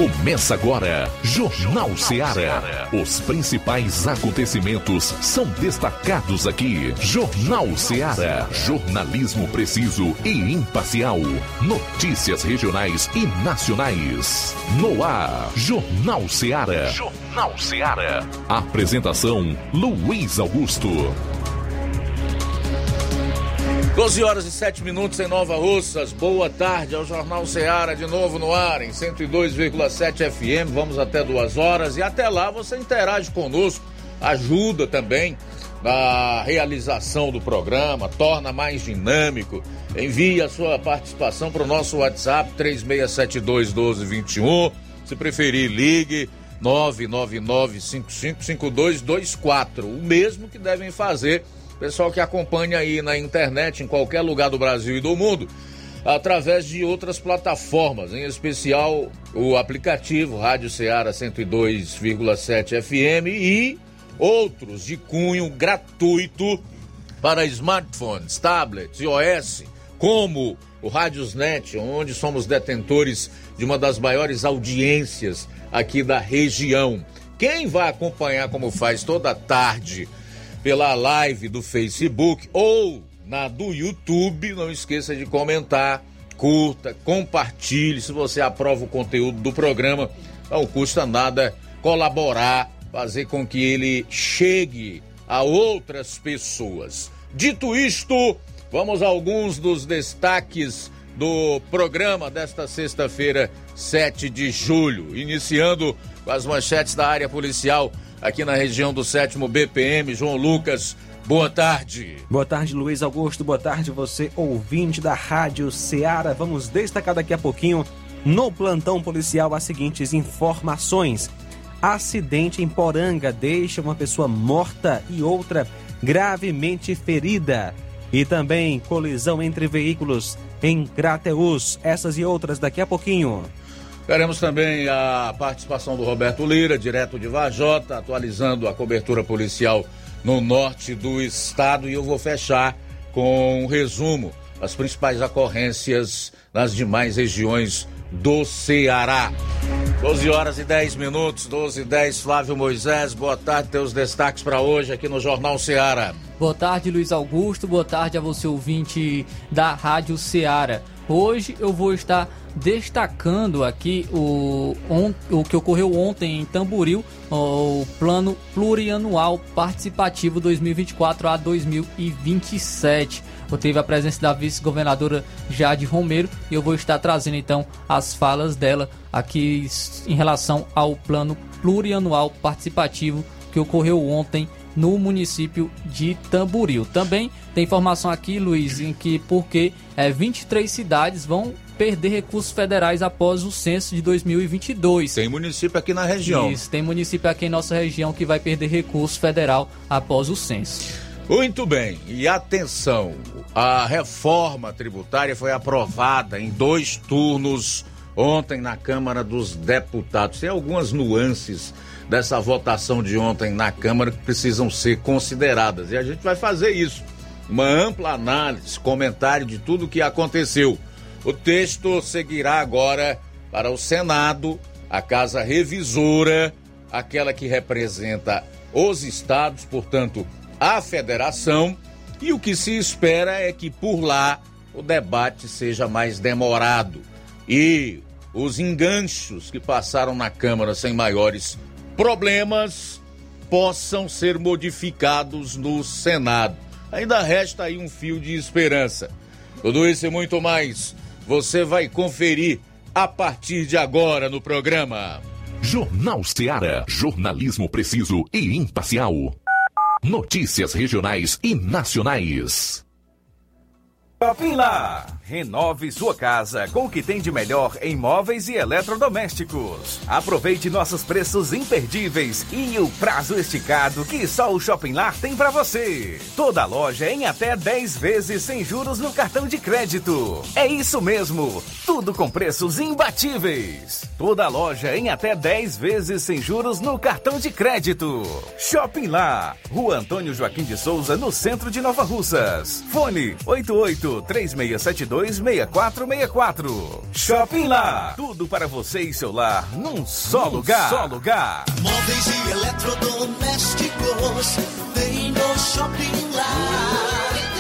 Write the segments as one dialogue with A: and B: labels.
A: Começa agora, Jornal Ceará. Os principais acontecimentos são destacados aqui. Jornal Ceará. Jornalismo preciso e imparcial. Notícias regionais e nacionais. No ar, Jornal Ceará. Jornal Ceará. Apresentação, Luiz Augusto.
B: 12h07 em Nova Russas. Boa tarde ao Jornal Ceará, de novo no ar em 102,7 FM. Vamos até 2 horas e até lá você interage conosco, ajuda também na realização do programa, torna mais dinâmico. Envie a sua participação para o nosso WhatsApp 36721221. Se preferir, ligue 999555224. O mesmo que devem fazer pessoal que acompanha aí na internet, em qualquer lugar do Brasil e do mundo, através de outras plataformas, em especial o aplicativo Rádio Ceará 102,7 FM e outros de cunho gratuito para smartphones, tablets, iOS, como o Radiosnet, onde somos detentores de uma das maiores audiências aqui da região. Quem vai acompanhar, como faz toda tarde, pela live do Facebook ou na do YouTube, não esqueça de comentar, curta, compartilhe. Se você aprova o conteúdo do programa, não custa nada colaborar, fazer com que ele chegue a outras pessoas. Dito isto, vamos a alguns dos destaques do programa desta sexta-feira, 7 de julho, iniciando com as manchetes da área policial aqui na região do 7º BPM. João Lucas, boa tarde.
C: Boa tarde, Luiz Augusto. Boa tarde, você ouvinte da Rádio Ceará. Vamos destacar daqui a pouquinho no plantão policial as seguintes informações. Acidente em Poranga deixa uma pessoa morta e outra gravemente ferida. E também colisão entre veículos em Crateús. Essas e outras daqui a pouquinho.
B: Teremos também a participação do Roberto Lira, direto de Vajota, atualizando a cobertura policial no norte do estado. E eu vou fechar com um resumo das principais ocorrências nas demais regiões do Ceará. 12h10, 12h10, Flávio Moisés, boa tarde, teus destaques para hoje aqui no Jornal Ceará.
D: Boa tarde, Luiz Augusto, boa tarde a você ouvinte da Rádio Ceará. Hoje eu vou estar destacando aqui o que ocorreu ontem em Tamboril, o Plano Plurianual Participativo 2024 a 2027. Eu tive a presença da vice-governadora Jade Romero e eu vou estar trazendo então as falas dela aqui em relação ao Plano Plurianual Participativo que ocorreu ontem no município de Tamboril. Também tem informação aqui, Luiz, em que 23 cidades vão perder recursos federais após o censo de 2022.
B: Tem município aqui na região.
D: Isso, tem município aqui em nossa região que vai perder recurso federal após o censo.
B: Muito bem, e atenção, a reforma tributária foi aprovada em 2 turnos ontem na Câmara dos Deputados. Tem algumas nuances dessa votação de ontem na Câmara que precisam ser consideradas. E a gente vai fazer isso. Uma ampla análise, comentário de tudo o que aconteceu. O texto seguirá agora para o Senado, a Casa Revisora, aquela que representa os estados, portanto, a federação. E o que se espera é que por lá o debate seja mais demorado e os enganchos que passaram na Câmara sem maiores problemas possam ser modificados no Senado. Ainda resta aí um fio de esperança. Tudo isso e muito mais você vai conferir a partir de agora no programa.
A: Jornal Ceará, jornalismo preciso e imparcial. Notícias regionais e nacionais.
E: Shopping Lá. Renove sua casa com o que tem de melhor em móveis e eletrodomésticos. Aproveite nossos preços imperdíveis e o prazo esticado que só o Shopping Lá tem para você. Toda loja em até 10 vezes sem juros no cartão de crédito. É isso mesmo, tudo com preços imbatíveis. Toda loja em até 10 vezes sem juros no cartão de crédito. Shopping Lá, Rua Antônio Joaquim de Souza, no centro de Nova Russas. Fone 88 contato 3672-6464. Shopping Lá, tudo para você e seu lar num só lugar.
F: Móveis e eletrodomésticos, vem no Shopping Lá.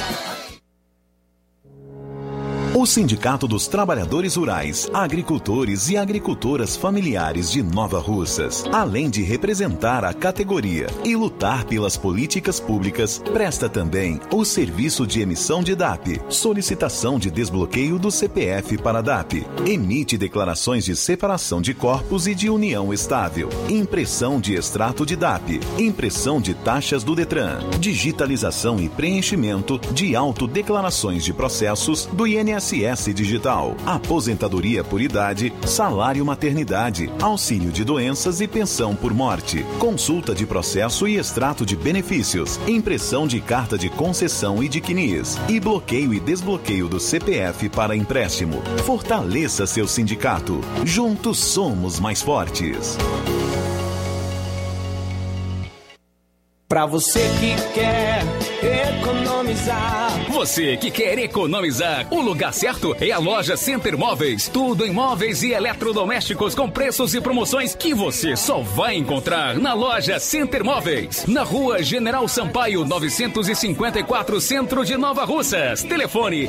G: O Sindicato dos Trabalhadores Rurais, Agricultores e Agricultoras Familiares de Nova Russas, além de representar a categoria e lutar pelas políticas públicas, presta também o serviço de emissão de DAP, solicitação de desbloqueio do CPF para DAP, emite declarações de separação de corpos e de união estável, impressão de extrato de DAP, impressão de taxas do Detran, digitalização e preenchimento de autodeclarações de processos do INSS Digital, aposentadoria por idade, salário maternidade, auxílio de doenças e pensão por morte, consulta de processo e extrato de benefícios, impressão de carta de concessão e de CNIS, e bloqueio e desbloqueio do CPF para empréstimo. Fortaleça seu sindicato. Juntos somos mais fortes.
H: Pra você que quer economizar.
I: Você que quer economizar, o lugar certo é a loja Center Móveis. Tudo em móveis e eletrodomésticos com preços e promoções que você só vai encontrar na loja Center Móveis. Na rua General Sampaio, 954, Centro de Nova Russas. Telefone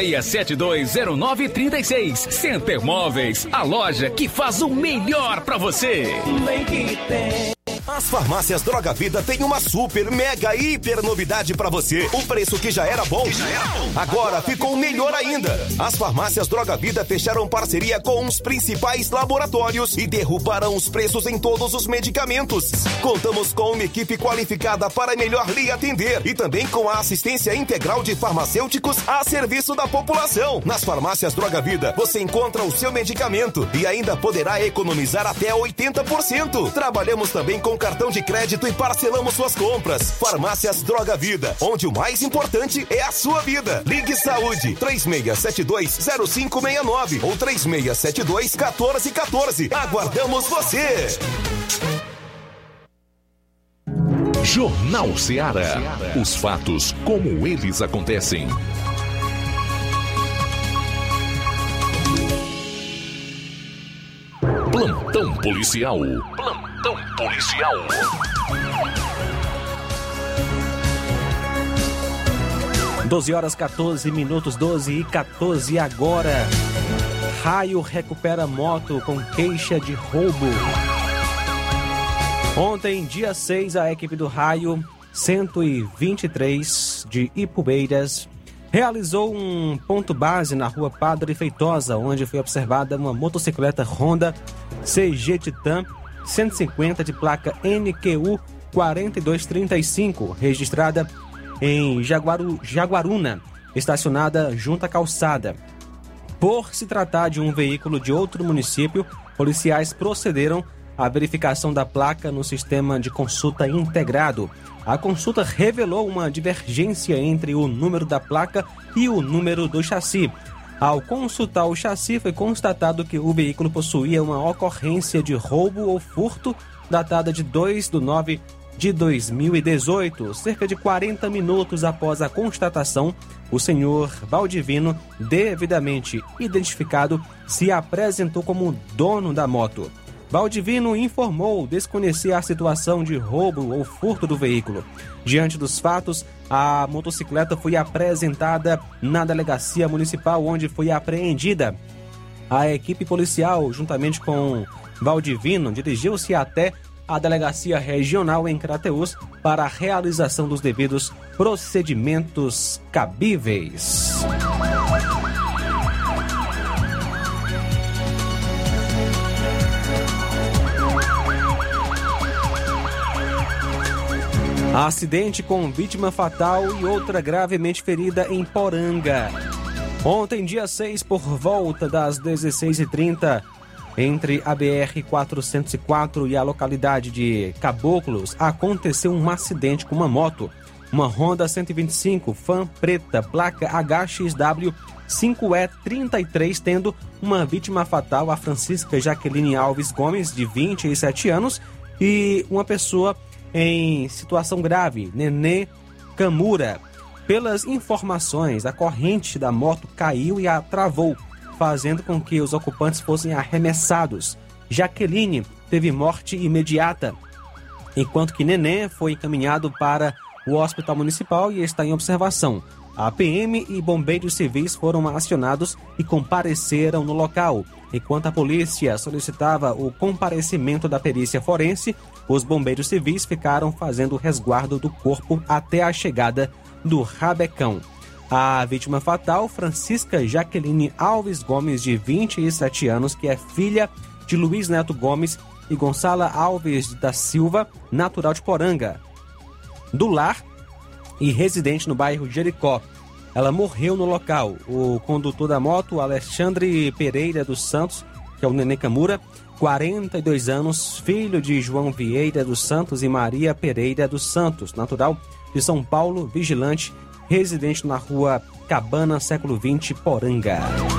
I: 36720936. Center Móveis, a loja que faz o melhor pra você.
H: Bem que tem.
J: As farmácias Droga Vida tem uma super, mega, hiper novidade pra você. O preço que já era bom, agora ficou melhor ainda. As farmácias Droga Vida fecharam parceria com os principais laboratórios e derrubaram os preços em todos os medicamentos. Contamos com uma equipe qualificada para melhor lhe atender e também com a assistência integral de farmacêuticos a serviço da população. Nas farmácias Droga Vida, você encontra o seu medicamento e ainda poderá economizar até 80%. Trabalhamos também com cartão de crédito e parcelamos suas compras. Farmácias Droga Vida, onde o mais importante é a sua vida. Ligue Saúde 3672-0569 ou 3672-1414. Aguardamos você!
A: Jornal Ceará. Os fatos como eles acontecem. Plantão policial. Plantão policial.
C: Doze horas 14 minutos, 12h14 agora. Raio recupera moto com queixa de roubo. Ontem, dia 6, a equipe do Raio 123 de Ipueiras realizou um ponto base na rua Padre Feitosa, onde foi observada uma motocicleta Honda CG Titan 150 de placa NQU 4235, registrada em Jaguaruna, estacionada junto à calçada. Por se tratar de um veículo de outro município, policiais procederam à verificação da placa no sistema de consulta integrado. A consulta revelou uma divergência entre o número da placa e o número do chassi. Ao consultar o chassi, foi constatado que o veículo possuía uma ocorrência de roubo ou furto datada de 2/9/2018. Cerca de 40 minutos após a constatação, o senhor Valdivino, devidamente identificado, se apresentou como dono da moto. Valdivino informou desconhecer a situação de roubo ou furto do veículo. Diante dos fatos, a motocicleta foi apresentada na delegacia municipal, onde foi apreendida. A equipe policial, juntamente com Valdivino, dirigiu-se até a delegacia regional em Crateús para a realização dos devidos procedimentos cabíveis. Acidente com vítima fatal e outra gravemente ferida em Poranga. Ontem, dia 6, por volta das 16h30, entre a BR-404 e a localidade de Caboclos, aconteceu um acidente com uma moto. Uma Honda 125 Fan preta, placa HXW 5E33, tendo uma vítima fatal, a Francisca Jaqueline Alves Gomes, de 27 anos, e uma pessoa em situação grave, Nenê Camura. Pelas informações, a corrente da moto caiu e a travou, fazendo com que os ocupantes fossem arremessados. Jaqueline teve morte imediata, enquanto que Neném foi encaminhado para o Hospital Municipal e está em observação. A PM e bombeiros civis foram acionados e compareceram no local. Enquanto a polícia solicitava o comparecimento da perícia forense, os bombeiros civis ficaram fazendo o resguardo do corpo até a chegada do rabecão. A vítima fatal, Francisca Jaqueline Alves Gomes, de 27 anos, que é filha de Luiz Neto Gomes e Gonçala Alves da Silva, natural de Poranga, do lar e residente no bairro Jericó. Ela morreu no local. O condutor da moto, Alexandre Pereira dos Santos, que é o Nenê Camura, 42 anos, filho de João Vieira dos Santos e Maria Pereira dos Santos, natural de São Paulo, vigilante, residente na rua Cabana, século 20, Poranga.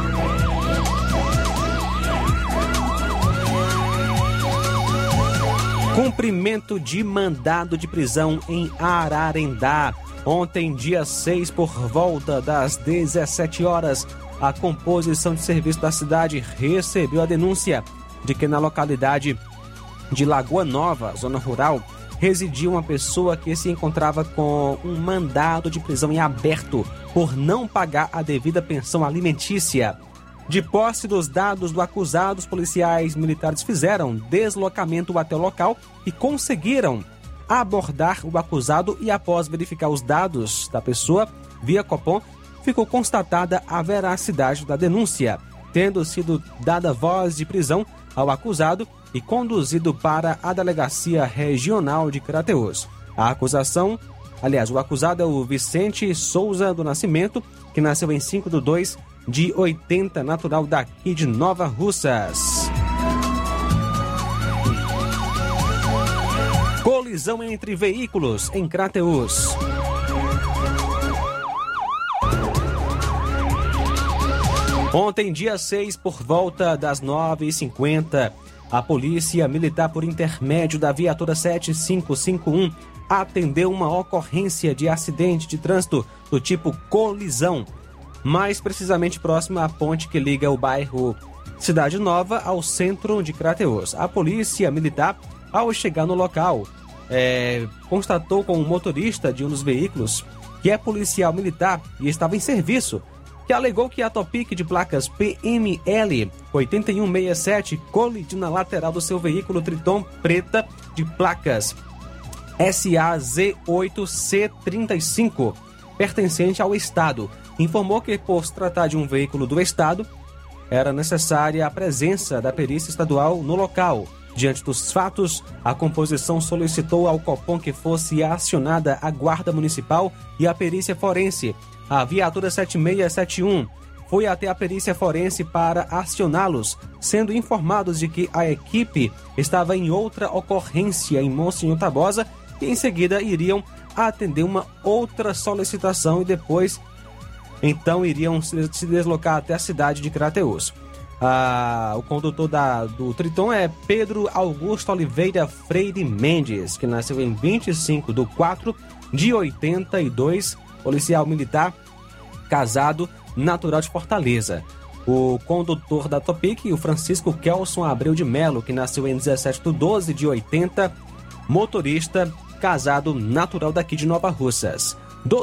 C: Cumprimento de mandado de prisão em Ararendá. Ontem, dia 6, por volta das 17 horas, a composição de serviço da cidade recebeu a denúncia de que na localidade de Lagoa Nova, zona rural, residia uma pessoa que se encontrava com um mandado de prisão em aberto por não pagar a devida pensão alimentícia. De posse dos dados do acusado, os policiais militares fizeram deslocamento até o local e conseguiram abordar o acusado e, após verificar os dados da pessoa via Copom, ficou constatada a veracidade da denúncia, tendo sido dada voz de prisão ao acusado e conduzido para a Delegacia Regional de Crateús. A acusação, o acusado é o Vicente Souza do Nascimento, que nasceu em 5/2/80, natural daqui de Nova Russas. Colisão entre veículos em Crateús. Ontem, dia 6, por volta das 9h50, a Polícia Militar, por intermédio da viatura 7551, atendeu uma ocorrência de acidente de trânsito do tipo colisão, mais precisamente próximo à ponte que liga o bairro Cidade Nova ao centro de Crateús. A Polícia Militar, ao chegar no local, constatou com o motorista de um dos veículos, que é policial militar e estava em serviço, que alegou que a Topic de placas PML 8167 colidiu na lateral do seu veículo Triton preta de placas SAZ8C35, pertencente ao Estado. Informou que, por se tratar de um veículo do Estado, era necessária a presença da perícia estadual no local. Diante dos fatos, a composição solicitou ao Copom que fosse acionada a Guarda Municipal e a perícia forense. A viatura 7671 foi até a perícia forense para acioná-los, sendo informados de que a equipe estava em outra ocorrência em Monsenhor Tabosa e em seguida iriam atender uma outra solicitação e depois, então, iriam se deslocar até a cidade de Crateús. O condutor do Triton é Pedro Augusto Oliveira Freire Mendes, que nasceu em 25/4/82, policial militar, casado, natural de Fortaleza. O condutor da Topic, o Francisco Kelson Abreu de Melo, que nasceu em 17/12/80, motorista, casado, natural daqui de Nova Russas.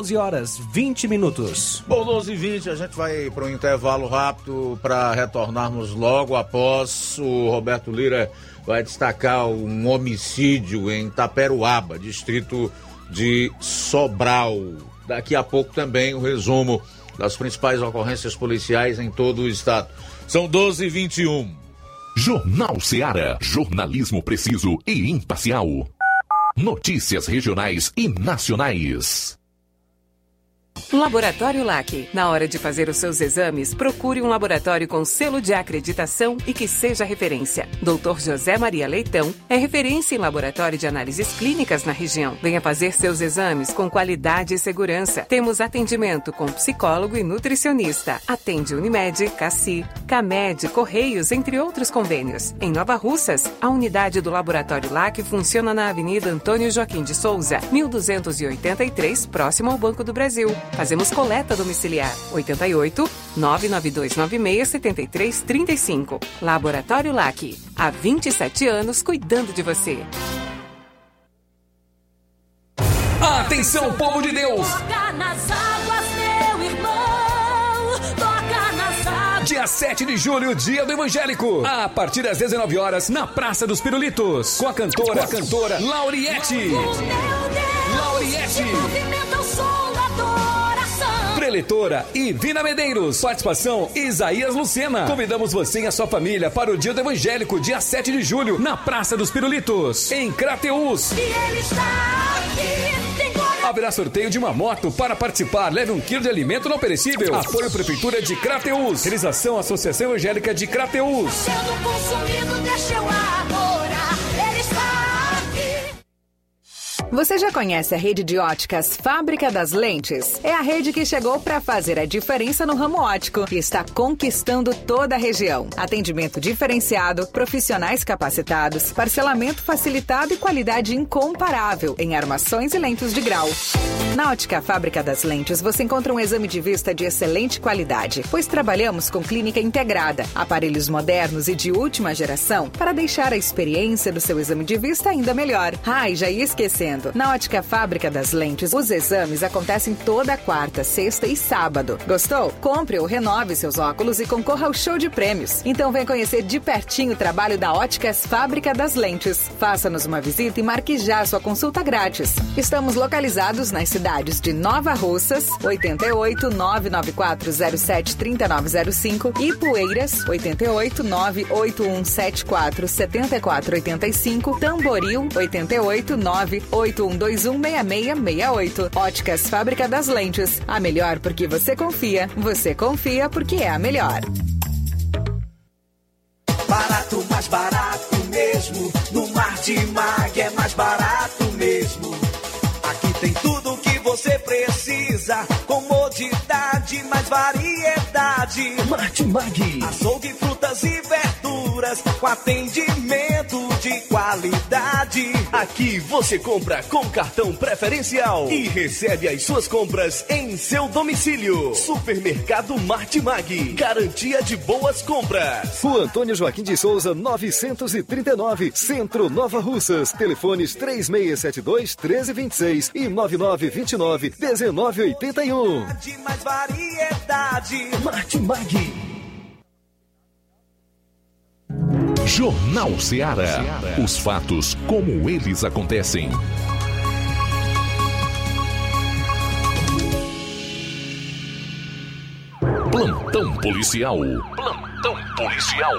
C: 12h20.
B: Bom, 12h20, a gente vai para um intervalo rápido para retornarmos logo após. O Roberto Lira vai destacar um homicídio em Taperoaba, distrito de Sobral. Daqui a pouco também o resumo das principais ocorrências policiais em todo o estado. São 12h21.
A: Jornal Ceará, jornalismo preciso e imparcial. Notícias regionais e nacionais.
K: Laboratório LAC. Na hora de fazer os seus exames, procure um laboratório com selo de acreditação e que seja referência. Dr. José Maria Leitão é referência em laboratório de análises clínicas na região. Venha fazer seus exames com qualidade e segurança. Temos atendimento com psicólogo e nutricionista. Atende Unimed, Cassi, Camed, Correios, entre outros convênios. Em Nova Russas, a unidade do Laboratório LAC funciona na Avenida Antônio Joaquim de Souza, 1283, próximo ao Banco do Brasil. Fazemos coleta domiciliar. 88 99296 7335. Laboratório LAC. Há 27 anos cuidando de você.
I: Atenção, povo de Deus!
F: Toca nas águas, meu irmão. Toca nas águas.
I: Dia 7 de julho, dia do evangélico. A partir das 19 horas, na Praça dos Pirulitos. Com a cantora Lauriette. Lauriette.
F: Movimenta o som da adoração.
I: Preletora Ivina Medeiros. Participação Isaías Lucena. Convidamos você e a sua família para o dia do evangélico, dia 7 de julho, na Praça dos Pirulitos, em Crateús.
F: E ele está aqui. Tem glória.
I: Haverá sorteio de uma moto. Para participar, leve 1 quilo de alimento não perecível. Apoio Prefeitura de Crateús. Realização Associação Evangélica de Crateús.
F: Sendo consumido, deixa eu adorar. Ele está aqui.
L: Você já conhece a rede de óticas Fábrica das Lentes? É a rede que chegou para fazer a diferença no ramo óptico e está conquistando toda a região. Atendimento diferenciado, profissionais capacitados, parcelamento facilitado e qualidade incomparável em armações e lentes de grau. Na Ótica Fábrica das Lentes, você encontra um exame de vista de excelente qualidade, pois trabalhamos com clínica integrada, aparelhos modernos e de última geração para deixar a experiência do seu exame de vista ainda melhor. E já ia esquecendo. Na Ótica Fábrica das Lentes, os exames acontecem toda quarta, sexta e sábado. Gostou? Compre ou renove seus óculos e concorra ao show de prêmios. Então vem conhecer de pertinho o trabalho da Óticas Fábrica das Lentes. Faça-nos uma visita e marque já sua consulta grátis. Estamos localizados nas cidades de Nova Russas, 88 99407 3905 e Poeiras, 88 98174 7485, Tamboril, 88 981216668. Óticas Fábrica das Lentes. A melhor porque você confia porque é a melhor.
H: Barato, mais barato mesmo. No Martimag é mais barato mesmo. Aqui tem tudo o que você precisa. Comodidade, mais variedade. Martimag. Açougue, frutas e verduras com atendimento de qualidade.
J: Aqui você compra com cartão preferencial e recebe as suas compras em seu domicílio. Supermercado Martimag. Garantia de boas compras.
M: Rua Antônio Joaquim de Souza, 939, Centro, Nova Russas. Telefones 3672-1326 e 9929-1981.
H: Mais variedade.
J: Martimag.
A: Jornal Ceará. Os fatos como eles acontecem. Plantão policial. Plantão policial.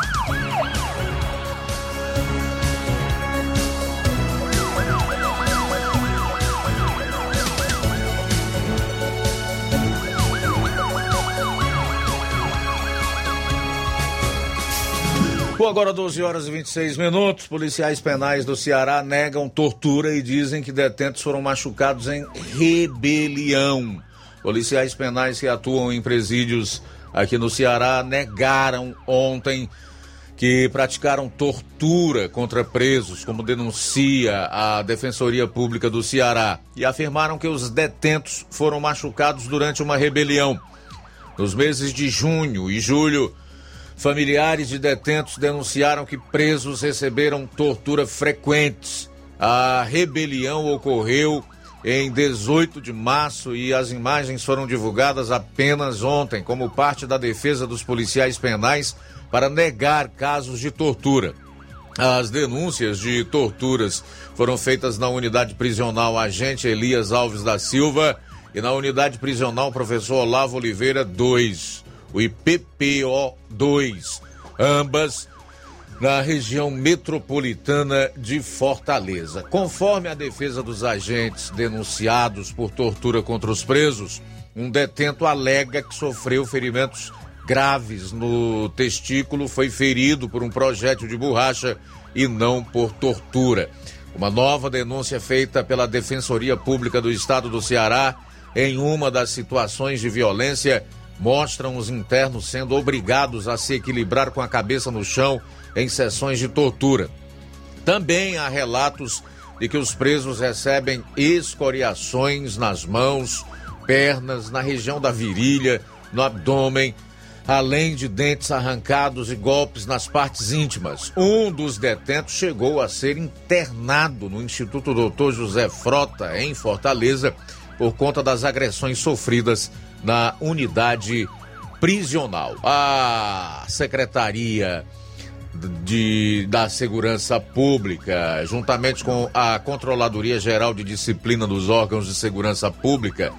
B: Bom, agora 12 horas e 26 minutos. Policiais penais do Ceará negam tortura e dizem que detentos foram machucados em rebelião. Policiais penais que atuam em presídios aqui no Ceará negaram ontem que praticaram tortura contra presos, como denuncia a Defensoria Pública do Ceará, e afirmaram que os detentos foram machucados durante uma rebelião. Nos meses de junho e julho, familiares de detentos denunciaram que presos receberam tortura frequentes. A rebelião ocorreu em 18 de março e as imagens foram divulgadas apenas ontem, como parte da defesa dos policiais penais para negar casos de tortura. As denúncias de torturas foram feitas na unidade prisional Agente Elias Alves da Silva e na unidade prisional Professor Olavo Oliveira II. O IPPO 2, ambas na região metropolitana de Fortaleza. Conforme a defesa dos agentes denunciados por tortura contra os presos, um detento alega que sofreu ferimentos graves no testículo, foi ferido por um projétil de borracha e não por tortura. Uma nova denúncia feita pela Defensoria Pública do Estado do Ceará em uma das situações de violência mostram os internos sendo obrigados a se equilibrar com a cabeça no chão em sessões de tortura. Também há relatos de que os presos recebem escoriações nas mãos, pernas, na região da virilha, no abdômen, além de dentes arrancados e golpes nas partes íntimas. Um dos detentos chegou a ser internado no Instituto Dr. José Frota, em Fortaleza, por conta das agressões sofridas na unidade prisional. A Secretaria da Segurança Pública, juntamente com a Controladoria Geral de Disciplina dos Órgãos de Segurança Pública,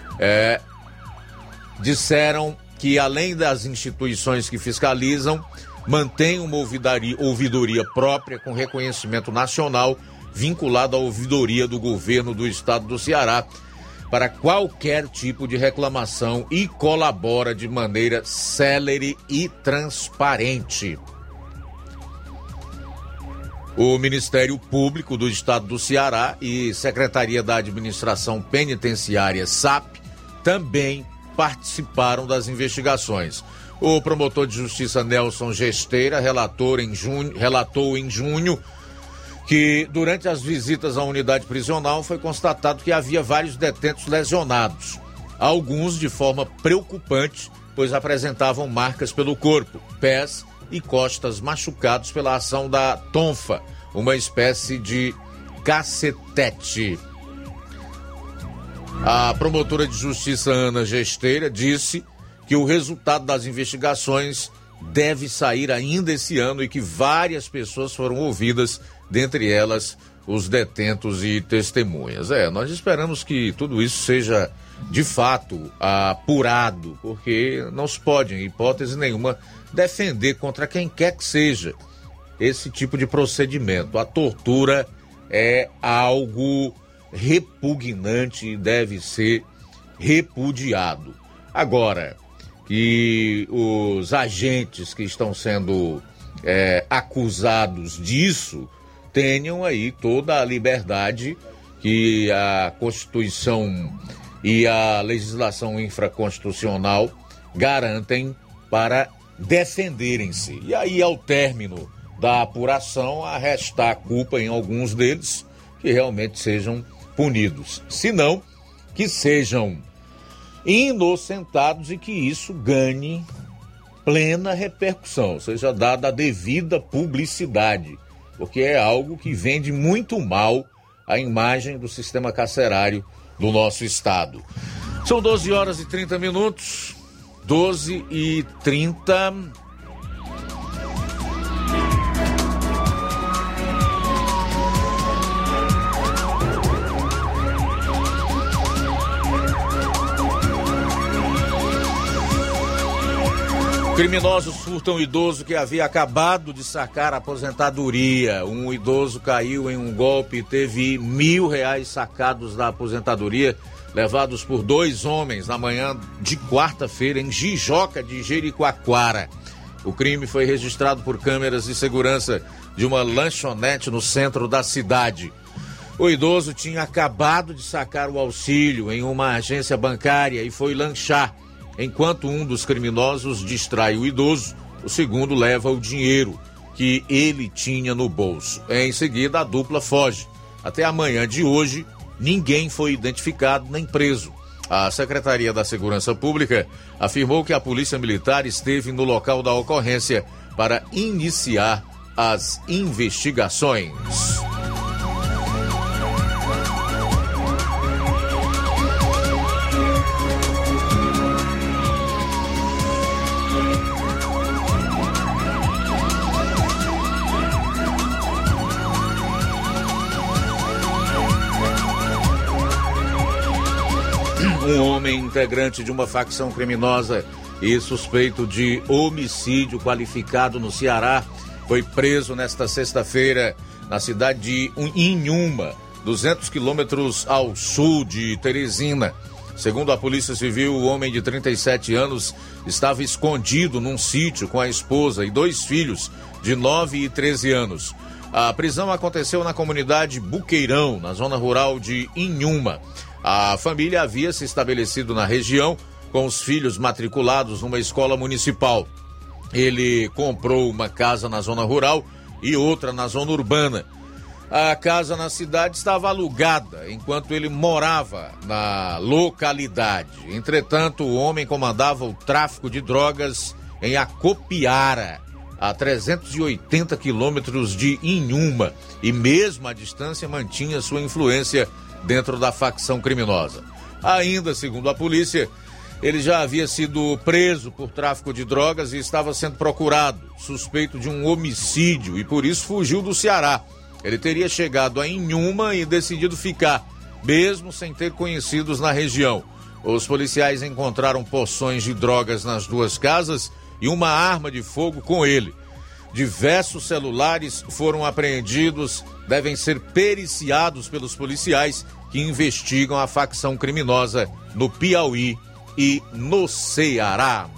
B: disseram que, além das instituições que fiscalizam, mantém uma ouvidoria própria com reconhecimento nacional vinculada à ouvidoria do governo do estado do Ceará para qualquer tipo de reclamação e colabora de maneira célere e transparente. O Ministério Público do Estado do Ceará e Secretaria da Administração Penitenciária, SAP, também participaram das investigações. O promotor de justiça Nelson Gesteira relatou em junho que durante as visitas à unidade prisional foi constatado que havia vários detentos lesionados, alguns de forma preocupante, pois apresentavam marcas pelo corpo, pés e costas machucados pela ação da tonfa, uma espécie de cacetete. A promotora de justiça Ana Gesteira disse que o resultado das investigações deve sair ainda esse ano e que várias pessoas foram ouvidas, dentre elas os detentos e testemunhas. Nós esperamos que tudo isso seja de fato apurado, porque não se pode, em hipótese nenhuma, defender contra quem quer que seja esse tipo de procedimento. A tortura é algo repugnante e deve ser repudiado. Agora, que os agentes que estão sendo acusados disso tenham aí toda a liberdade que a Constituição e a legislação infraconstitucional garantem para defenderem-se. E aí, ao término da apuração, a restar a culpa em alguns deles que realmente sejam punidos. Se não, que sejam inocentados e que isso ganhe plena repercussão, seja dada a devida publicidade, porque é algo que vende muito mal a imagem do sistema carcerário do nosso estado. São 12 horas e 30 minutos, 12h30. Criminosos furtam um idoso que havia acabado de sacar a aposentadoria. Um idoso caiu em um golpe e teve R$1.000 sacados da aposentadoria, levados por dois homens na manhã de quarta-feira em Jijoca de Jericoacoara. O crime foi registrado por câmeras de segurança de uma lanchonete no centro da cidade. O idoso tinha acabado de sacar o auxílio em uma agência bancária e foi lanchar. Enquanto um dos criminosos distrai o idoso, o segundo leva o dinheiro que ele tinha no bolso. Em seguida, a dupla foge. Até a manhã de hoje, ninguém foi identificado nem preso. A Secretaria da Segurança Pública afirmou que a Polícia Militar esteve no local da ocorrência para iniciar as investigações. Um homem integrante de uma facção criminosa e suspeito de homicídio qualificado no Ceará foi preso nesta sexta-feira na cidade de Inhuma, 200 quilômetros ao sul de Teresina. Segundo a Polícia Civil, o homem de 37 anos estava escondido num sítio com a esposa e 2 filhos de 9 e 13 anos. A prisão aconteceu na comunidade Buqueirão, na zona rural de Inhuma. A família havia se estabelecido na região com os filhos matriculados numa escola municipal. Ele comprou uma casa na zona rural e outra na zona urbana. A casa na cidade estava alugada enquanto ele morava na localidade. Entretanto, o homem comandava o tráfico de drogas em Acopiara, a 380 quilômetros de Inhuma, e mesmo à distância mantinha sua influência dentro da facção criminosa. Ainda, segundo a polícia, ele já havia sido preso por tráfico de drogas e estava sendo procurado, suspeito de um homicídio, e por isso fugiu do Ceará. Ele teria chegado a Inhuma e decidido ficar, mesmo sem ter conhecidos na região. Os policiais encontraram porções de drogas nas 2 casas e uma arma de fogo com ele. Diversos celulares foram apreendidos, devem ser periciados pelos policiais que investigam a facção criminosa no Piauí e no Ceará.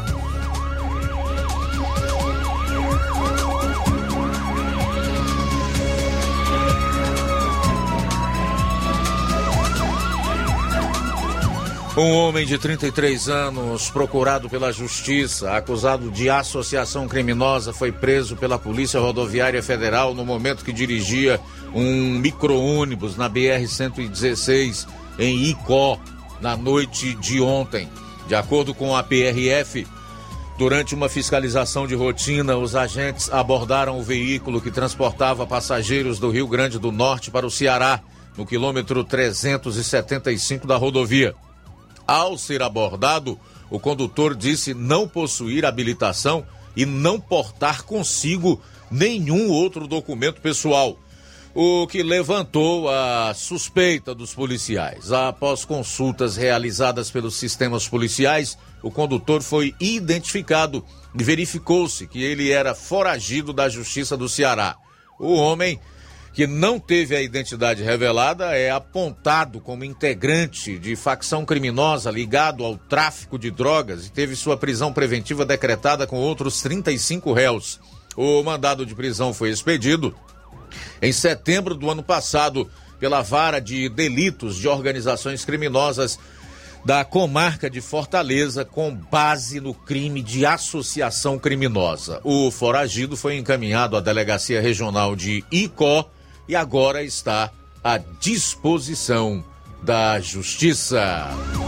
B: Um homem de 33 anos, procurado pela justiça, acusado de associação criminosa, foi preso pela Polícia Rodoviária Federal no momento que dirigia um micro-ônibus na BR-116 em Icó, na noite de ontem. De acordo com a PRF, durante uma fiscalização de rotina, os agentes abordaram o veículo que transportava passageiros do Rio Grande do Norte para o Ceará, no quilômetro 375 da rodovia. Ao ser abordado, o condutor disse não possuir habilitação e não portar consigo nenhum outro documento pessoal, o que levantou a suspeita dos policiais. Após consultas realizadas pelos sistemas policiais, o condutor foi identificado e verificou-se que ele era foragido da Justiça do Ceará. O homem, que não teve a identidade revelada, é apontado como integrante de facção criminosa ligado ao tráfico de drogas e teve sua prisão preventiva decretada com outros 35 réus. O mandado de prisão foi expedido em setembro do ano passado pela Vara de Delitos de Organizações Criminosas da comarca de Fortaleza, com base no crime de associação criminosa. O foragido foi encaminhado à Delegacia Regional de Icó e agora está à disposição da Justiça.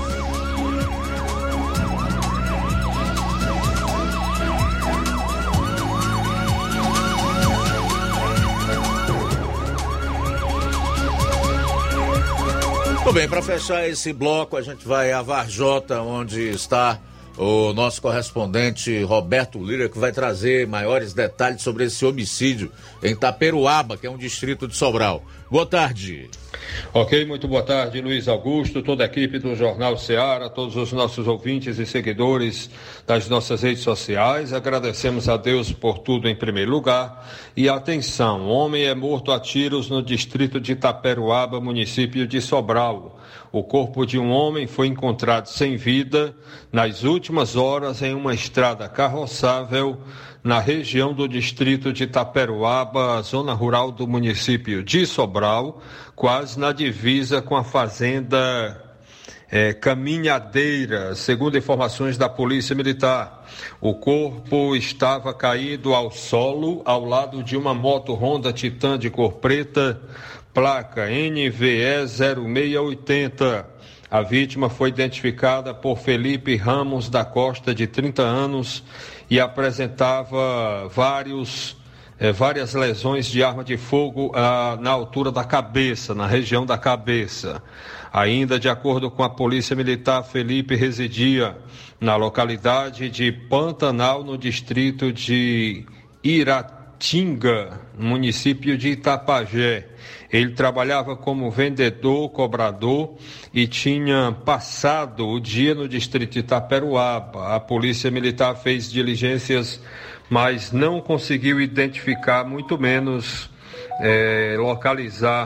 B: Muito bem, para fechar esse bloco, a gente vai a Varjota, onde está o nosso correspondente Roberto Lira, que vai trazer maiores detalhes sobre esse homicídio em Taperoaba, que é um distrito de Sobral. Boa tarde.
N: Ok, muito boa tarde, Luiz Augusto, toda a equipe do Jornal Ceará, todos os nossos ouvintes e seguidores das nossas redes sociais. Agradecemos a Deus por tudo em primeiro lugar. E atenção, homem é morto a tiros no distrito de Taperoaba, município de Sobral. O corpo de um homem foi encontrado sem vida nas últimas horas em uma estrada carroçável na região do distrito de Taperoaba, zona rural do município de Sobral, quase na divisa com a fazenda Caminhadeira, segundo informações da Polícia Militar. O corpo estava caído ao solo ao lado de uma moto Honda Titan de cor preta, placa NVE 0680. A vítima foi identificada por Felipe Ramos da Costa, de 30 anos, e apresentava várias lesões de arma de fogo na altura da cabeça, na região da cabeça. Ainda de acordo com a Polícia Militar, Felipe residia na localidade de Pantanal, no distrito de Iratinga, município de Itapajé. Ele trabalhava como vendedor, cobrador e tinha passado o dia no distrito de Taperoaba. A Polícia Militar fez diligências, mas não conseguiu identificar, muito menos localizar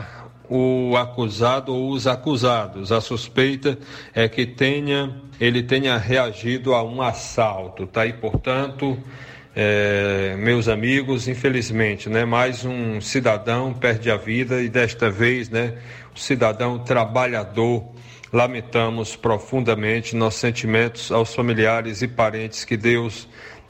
N: o acusado ou os acusados. A suspeita é que ele tenha reagido a um assalto, tá? E, portanto, meus amigos, infelizmente, né, mais um cidadão perde a vida e desta vez, né, o cidadão trabalhador. Lamentamos profundamente, nossos sentimentos aos familiares e parentes, que Deus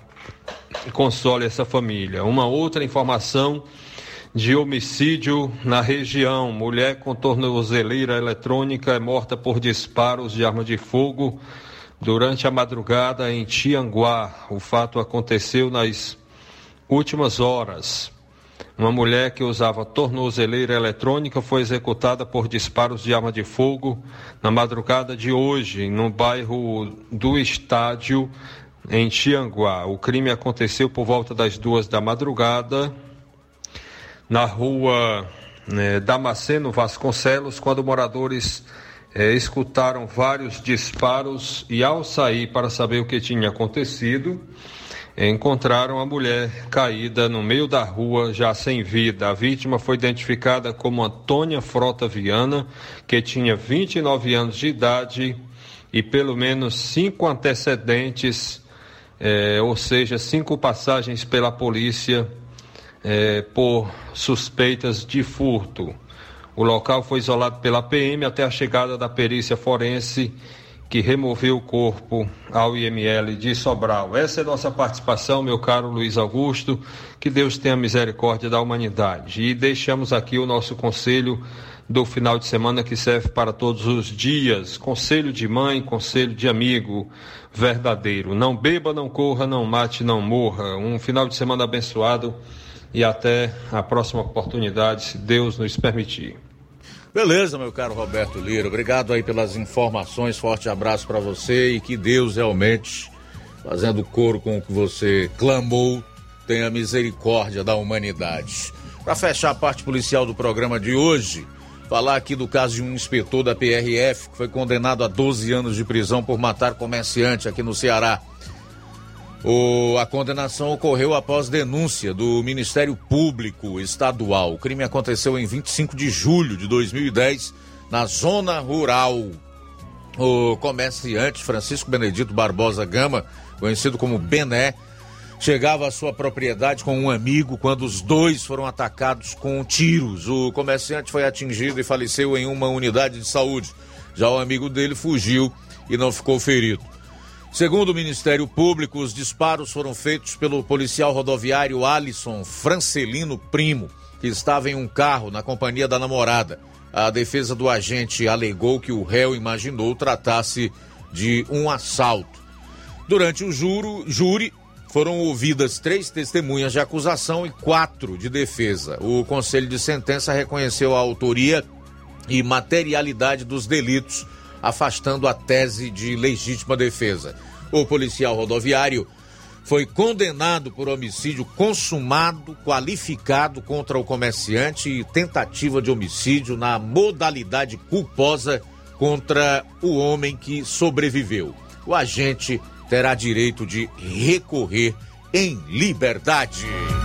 N: console essa família. Uma outra informação de homicídio na região: mulher com tornozeleira eletrônica é morta por disparos de arma de fogo durante a madrugada em Tianguá. O fato aconteceu nas últimas horas. Uma mulher que usava tornozeleira eletrônica foi executada por disparos de arma de fogo na madrugada de hoje, no bairro do Estádio, em Tianguá. O crime aconteceu por volta das 2 da madrugada, na rua Damasceno Vasconcelos, quando moradores escutaram vários disparos e, ao sair para saber o que tinha acontecido, encontraram a mulher caída no meio da rua, já sem vida. A vítima foi identificada como Antônia Frota Viana, que tinha 29 anos de idade e pelo menos 5 antecedentes, ou seja, 5 passagens pela polícia por suspeitas de furto. O local foi isolado pela PM até a chegada da perícia forense, que removeu o corpo ao IML de Sobral. Essa é a nossa participação, meu caro Luiz Augusto. Que Deus tenha misericórdia da humanidade. E deixamos aqui o nosso conselho do final de semana, que serve para todos os dias. Conselho de mãe, conselho de amigo verdadeiro. Não beba, não corra, não mate, não morra. Um final de semana abençoado e até a próxima oportunidade, se Deus nos permitir.
B: Beleza, meu caro Roberto Lira, obrigado aí pelas informações, forte abraço para você e que Deus realmente, fazendo coro com o que você clamou, tenha misericórdia da humanidade. Para fechar a parte policial do programa de hoje, falar aqui do caso de um inspetor da PRF que foi condenado a 12 anos de prisão por matar comerciante aqui no Ceará. A condenação ocorreu após denúncia do Ministério Público Estadual. O crime aconteceu em 25 de julho de 2010, na zona rural. O comerciante Francisco Benedito Barbosa Gama, conhecido como Bené, chegava à sua propriedade com um amigo quando os dois foram atacados com tiros. O comerciante foi atingido e faleceu em uma unidade de saúde. Já o amigo dele fugiu e não ficou ferido. Segundo o Ministério Público, os disparos foram feitos pelo policial rodoviário Alisson Francelino Primo, que estava em um carro na companhia da namorada. A defesa do agente alegou que o réu imaginou tratasse de um assalto. Durante o júri, foram ouvidas 3 testemunhas de acusação e 4 de defesa. O Conselho de Sentença reconheceu a autoria e materialidade dos delitos, afastando a tese de legítima defesa. O policial rodoviário foi condenado por homicídio consumado, qualificado contra o comerciante e tentativa de homicídio na modalidade culposa contra o homem que sobreviveu. O agente terá direito de recorrer em liberdade.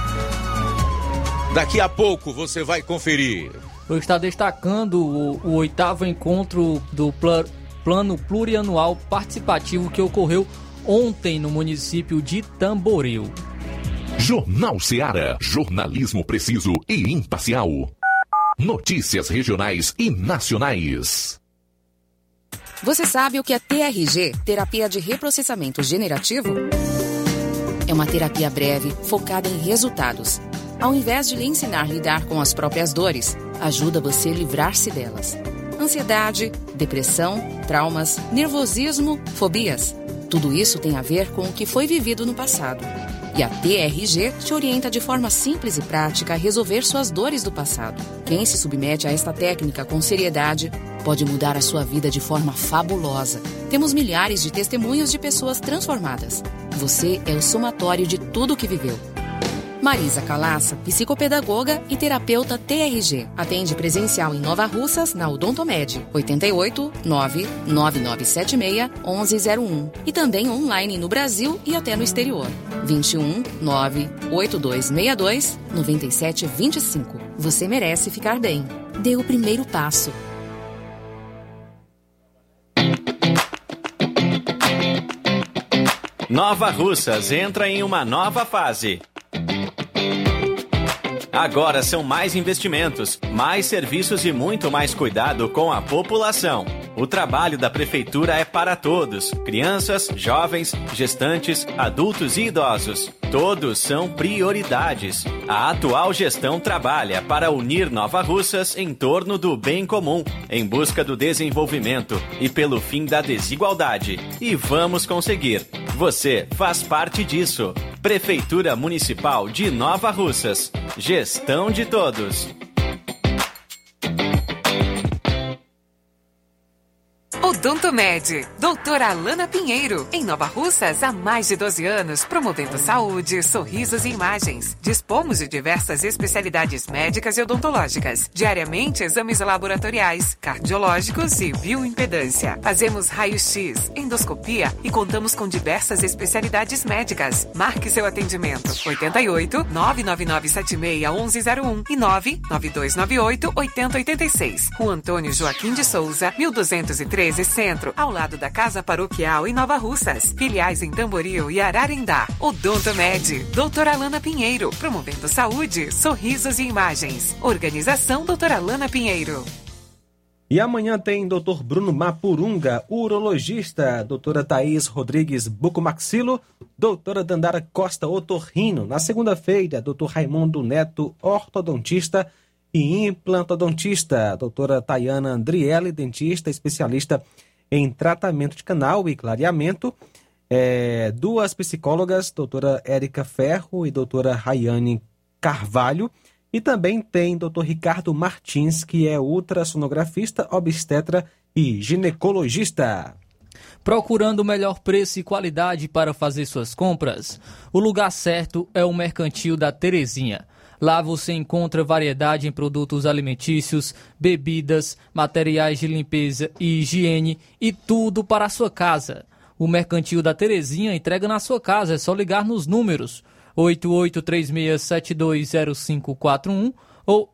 B: Daqui a pouco você vai conferir.
D: Eu estou destacando o 8º encontro do Plano Plurianual Participativo que ocorreu ontem no município de Tamboril.
A: Jornal Ceará, jornalismo preciso e imparcial. Notícias regionais e nacionais.
O: Você sabe o que é TRG, Terapia de Reprocessamento Generativo? É uma terapia breve, focada em resultados. Ao invés de lhe ensinar a lidar com as próprias dores, ajuda você a livrar-se delas. Ansiedade, depressão, traumas, nervosismo, fobias. Tudo isso tem a ver com o que foi vivido no passado. E a TRG te orienta de forma simples e prática a resolver suas dores do passado. Quem se submete a esta técnica com seriedade pode mudar a sua vida de forma fabulosa. Temos milhares de testemunhos de pessoas transformadas. Você é o somatório de tudo o que viveu. Marisa Calaça, psicopedagoga e terapeuta TRG. Atende presencial em Nova Russas, na Odontomed, 88 99976 1101. E também online no Brasil e até no exterior, 21 98262 9725. Você merece ficar bem. Dê o primeiro passo.
P: Nova Russas entra em uma nova fase. Agora são mais investimentos, mais serviços e muito mais cuidado com a população. O trabalho da Prefeitura é para todos: crianças, jovens, gestantes, adultos e idosos. Todos são prioridades. A atual gestão trabalha para unir Nova Russas em torno do bem comum, em busca do desenvolvimento e pelo fim da desigualdade. E vamos conseguir. Você faz parte disso. Prefeitura Municipal de Nova Russas. Gestão de todos.
K: Odontomed, doutora Alana Pinheiro, em Nova Russas há mais de 12 anos, promovendo saúde, sorrisos e imagens. Dispomos de diversas especialidades médicas e odontológicas. Diariamente, exames laboratoriais, cardiológicos e bioimpedância. Fazemos raio-x, endoscopia e contamos com diversas especialidades médicas. Marque seu atendimento. 88 999 76 1101 e 99298 8086. Rua Antônio Joaquim de Souza, 1213 Centro, ao lado da Casa Paroquial em Nova Russas. Filiais em Tamboril e Ararindá. Odontomed, doutora Alana Pinheiro, promovendo saúde, sorrisos e imagens. Organização doutora Alana Pinheiro.
C: E amanhã tem Dr. Bruno Mapurunga, urologista, doutora Thaís Rodrigues Bucomaxilo, doutora Dandara Costa Otorrino. Na segunda-feira, Dr. Raimundo Neto, ortodontista e implantodontista, doutora Tayana Andriele, dentista, especialista em tratamento de canal e clareamento, duas psicólogas, doutora Érica Ferro e doutora Rayane Carvalho, e também tem doutor Ricardo Martins, que é ultrassonografista, obstetra e ginecologista.
D: Procurando o melhor preço e qualidade para fazer suas compras? O lugar certo é o Mercantil da Terezinha. Lá você encontra variedade em produtos alimentícios, bebidas, materiais de limpeza e higiene e tudo para a sua casa. O Mercantil da Terezinha entrega na sua casa, é só ligar nos números 8836720541 ou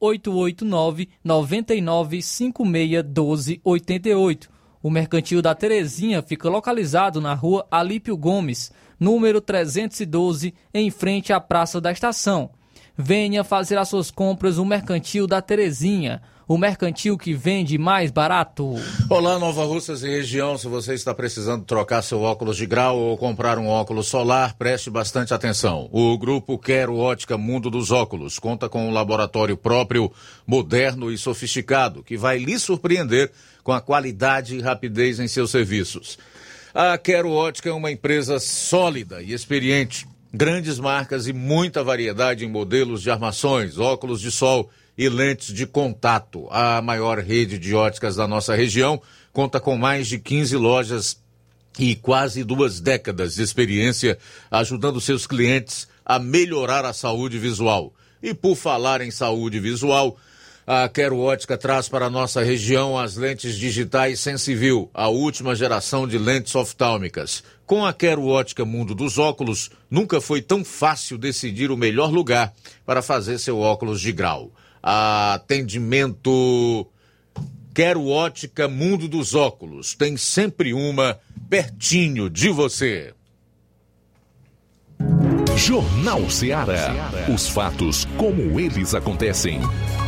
D: 889-9956-1288. O Mercantil da Terezinha fica localizado na rua Alípio Gomes, número 312, em frente à Praça da Estação. Venha fazer as suas compras no Mercantil da Terezinha, o mercantil que vende mais barato.
B: Olá, Nova Russas e região. Se você está precisando trocar seu óculos de grau ou comprar um óculos solar, preste bastante atenção. O grupo Quero Ótica Mundo dos Óculos conta com um laboratório próprio, moderno e sofisticado, que vai lhe surpreender com a qualidade e rapidez em seus serviços. A Quero Ótica é uma empresa sólida e experiente. Grandes marcas e muita variedade em modelos de armações, óculos de sol e lentes de contato. A maior rede de óticas da nossa região conta com mais de 15 lojas e quase 2 décadas de experiência, ajudando seus clientes a melhorar a saúde visual. E por falar em saúde visual, a Quero Ótica traz para a nossa região as lentes digitais Sensiview, a última geração de lentes oftálmicas. Com a Quero Ótica Mundo dos Óculos, nunca foi tão fácil decidir o melhor lugar para fazer seu óculos de grau. Atendimento Quero Ótica Mundo dos Óculos. Tem sempre uma pertinho de você.
A: Jornal Ceará. Os fatos como eles acontecem.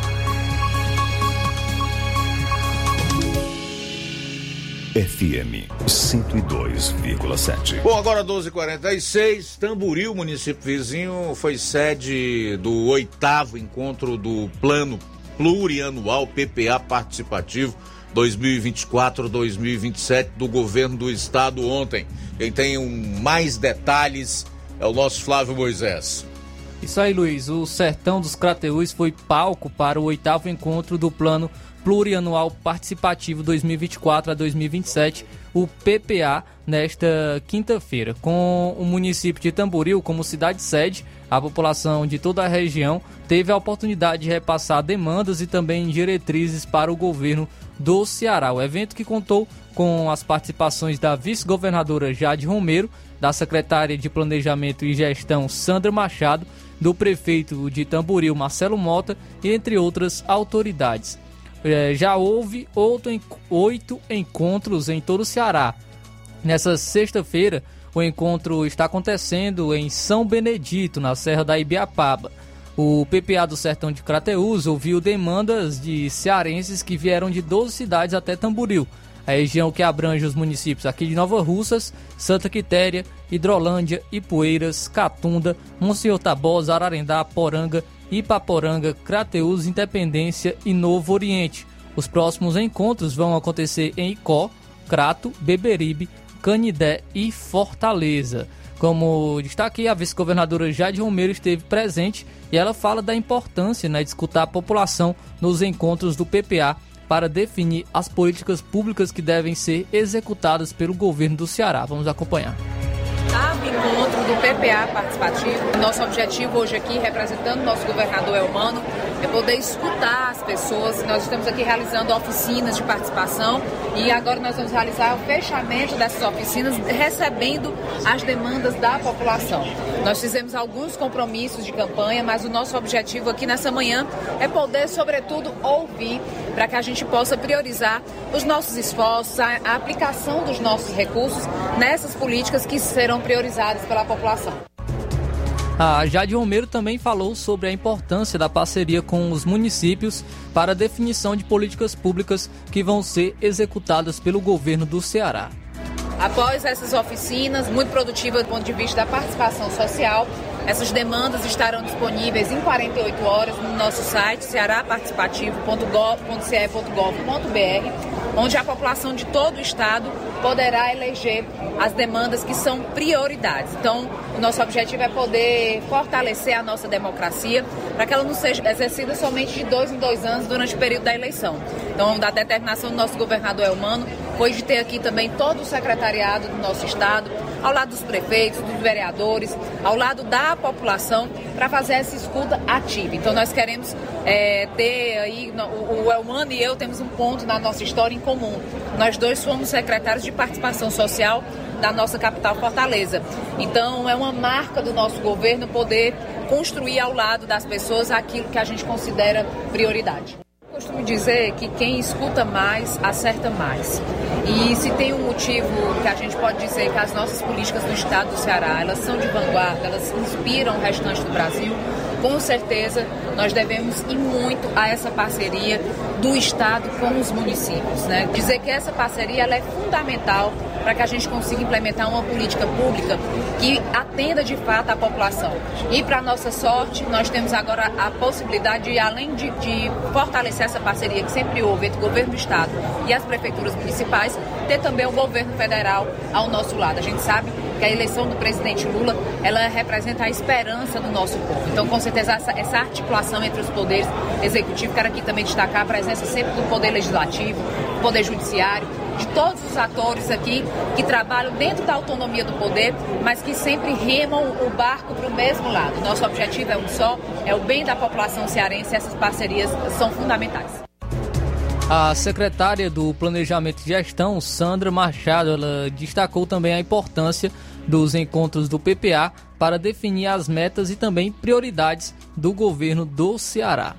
G: FM 102,7.
B: Bom, agora 12h46, Tamboril, município vizinho, foi sede do 8º encontro do Plano Plurianual PPA Participativo 2024-2027 do governo do estado ontem. Quem tem mais detalhes é o nosso Flávio Moisés.
D: Isso aí, Luiz. O Sertão dos Crateús foi palco para o 8º encontro do Plano Plurianual Participativo 2024 a 2027, o PPA, nesta quinta-feira. Com o município de Tamboril como cidade-sede, a população de toda a região teve a oportunidade de repassar demandas e também diretrizes para o governo do Ceará. O evento, que contou com as participações da vice-governadora Jade Romero, da secretária de Planejamento e Gestão Sandra Machado, do prefeito de Tamboril Marcelo Mota, entre outras autoridades. já houve 8 encontros em todo o Ceará. Nessa sexta-feira, o encontro está acontecendo em São Benedito, na Serra da Ibiapaba. O PPA do Sertão de Crateús ouviu demandas de cearenses que vieram de 12 cidades até Tamboril, a região que abrange os municípios aqui de Nova Russas, Santa Quitéria, Hidrolândia, Ipueiras, Catunda, Monsenhor Tabosa, Ararendá, Poranga, Ipaporanga, Crateús, Independência e Novo Oriente. Os próximos encontros vão acontecer em Icó, Crato, Beberibe, Canidé e Fortaleza. Como destaque, a vice-governadora Jade Romero esteve presente e ela fala da importância, de escutar a população nos encontros do PPA para definir as políticas públicas que devem ser executadas pelo governo do Ceará. Vamos acompanhar.
Q: O encontro do PPA participativo. Nosso objetivo hoje aqui, representando o nosso governador Elmano, é poder escutar as pessoas. Nós estamos aqui realizando oficinas de participação e agora nós vamos realizar o fechamento dessas oficinas, recebendo as demandas da população. Nós fizemos alguns compromissos de campanha, mas o nosso objetivo aqui nessa manhã é poder, sobretudo, ouvir, para que a gente possa priorizar os nossos esforços, a aplicação dos nossos recursos nessas políticas que serão priorizadas pela população.
D: A Jade Romero também falou sobre a importância da parceria com os municípios para a definição de políticas públicas que vão ser executadas pelo governo do Ceará.
Q: Após essas oficinas, muito produtivas do ponto de vista da participação social, essas demandas estarão disponíveis em 48 horas no nosso site cearaparticipativo.ce.gov.br, onde a população de todo o estado poderá eleger as demandas que são prioridades. Então, o nosso objetivo é poder fortalecer a nossa democracia para que ela não seja exercida somente de 2 em 2 anos durante o período da eleição. Então, da determinação do nosso governador Elmano foi de ter aqui também todo o secretariado do nosso estado, ao lado dos prefeitos, dos vereadores, ao lado da população, para fazer essa escuta ativa. Então nós queremos ter aí, o Elmano e eu temos um ponto na nossa história em comum. Nós dois fomos secretários de participação social da nossa capital Fortaleza. Então é uma marca do nosso governo poder construir ao lado das pessoas aquilo que a gente considera prioridade. Eu costumo dizer que quem escuta mais, acerta mais. E se tem um motivo que a gente pode dizer que as nossas políticas do estado do Ceará, elas são de vanguarda, elas inspiram o restante do Brasil, com certeza nós devemos ir muito a essa parceria do estado com os municípios, né? Dizer que essa parceria ela é fundamental para que a gente consiga implementar uma política pública que atenda de fato a população. E para nossa sorte, nós temos agora a possibilidade de, além de fortalecer essa parceria que sempre houve entre o governo do estado e as prefeituras municipais, ter também o governo federal ao nosso lado. A gente sabe que a eleição do presidente Lula, ela representa a esperança do nosso povo. Então, com certeza, essa articulação entre os poderes executivos, quero aqui também destacar a presença sempre do poder legislativo, do poder judiciário, de todos os atores aqui que trabalham dentro da autonomia do poder, mas que sempre remam o barco para o mesmo lado. Nosso objetivo é um só, é o bem da população cearense, e essas parcerias são fundamentais.
D: A secretária do Planejamento e Gestão, Sandra Machado, ela destacou também a importância dos encontros do PPA para definir as metas e também prioridades do governo do Ceará.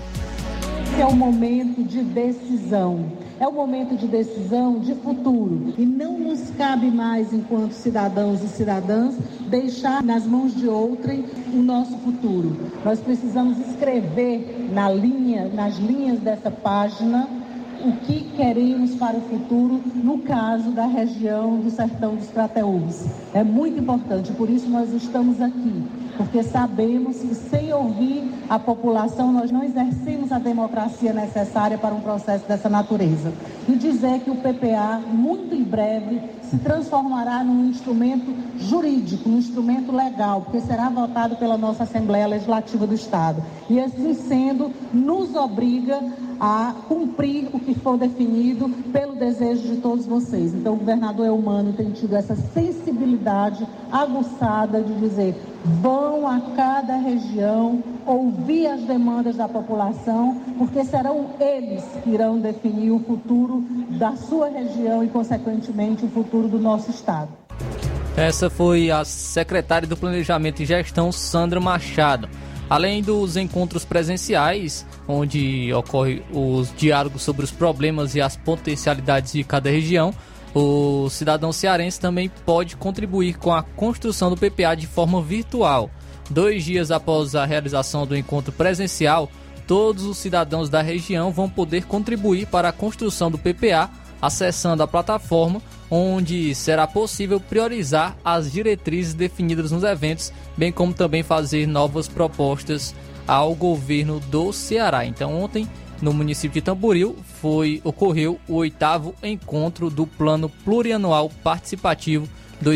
R: É um momento de decisão. É um momento de decisão de futuro. E não nos cabe mais, enquanto cidadãos e cidadãs, deixar nas mãos de outrem o nosso futuro. Nós precisamos escrever nas linhas dessa página o que queremos para o futuro, no caso da região do Sertão dos Crateús. É muito importante, por isso nós estamos aqui, porque sabemos que sem ouvir a população nós não exercemos a democracia necessária para um processo dessa natureza. E dizer que o PPA, muito em breve, se transformará num instrumento jurídico, num instrumento legal, porque será votado pela nossa Assembleia Legislativa do Estado. E assim sendo, nos obriga a cumprir o que for definido pelo desejo de todos vocês. Então, o governador Elmano tem tido essa sensibilidade aguçada de dizer: vão a cada região ouvir as demandas da população, porque serão eles que irão definir o futuro da sua região e, consequentemente, o futuro do nosso Estado.
D: Essa foi a secretária do Planejamento e Gestão, Sandra Machado. Além dos encontros presenciais, onde ocorrem os diálogos sobre os problemas e as potencialidades de cada região, o cidadão cearense também pode contribuir com a construção do PPA de forma virtual. 2 dias após a realização do encontro presencial, todos os cidadãos da região vão poder contribuir para a construção do PPA, acessando a plataforma, onde será possível priorizar as diretrizes definidas nos eventos, bem como também fazer novas propostas ao governo do Ceará. Então, ontem, no município de Tamboril, ocorreu o 8º encontro do Plano Plurianual Participativo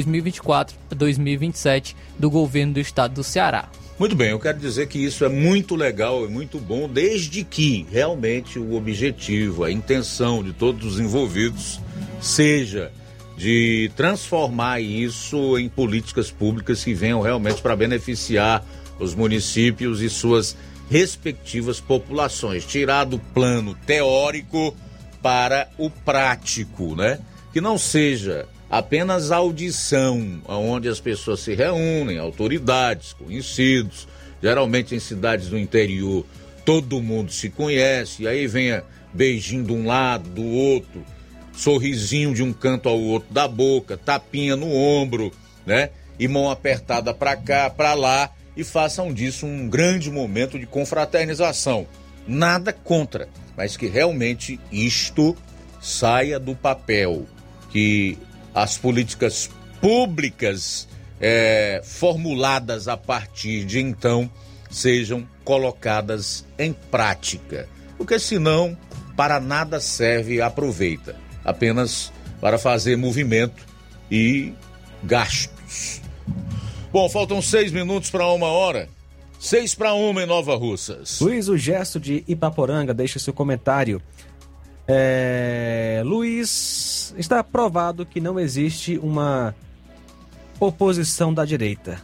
D: 2024-2027 do governo do estado do Ceará.
B: Muito bem, eu quero dizer que isso é muito legal, é muito bom, desde que realmente o objetivo, a intenção de todos os envolvidos seja de transformar isso em políticas públicas que venham realmente para beneficiar os municípios e suas respectivas populações, tirar do plano teórico para o prático, né? Que não seja apenas audição, onde as pessoas se reúnem, autoridades, conhecidos, geralmente em cidades do interior, todo mundo se conhece, e aí venha beijinho de um lado, do outro, sorrisinho de um canto ao outro da boca, tapinha no ombro, né? E mão apertada para cá, para lá, e façam disso um grande momento de confraternização. Nada contra, mas que realmente isto saia do papel, que as políticas públicas formuladas a partir de então sejam colocadas em prática, porque senão para nada serve e aproveita, apenas para fazer movimento e gastos. Bom, faltam 6 minutos para 1h. 6:01 em Nova Russas.
C: Luiz, o Gesto de Ipaporanga deixa seu comentário. Luiz, está provado que não existe uma oposição da direita.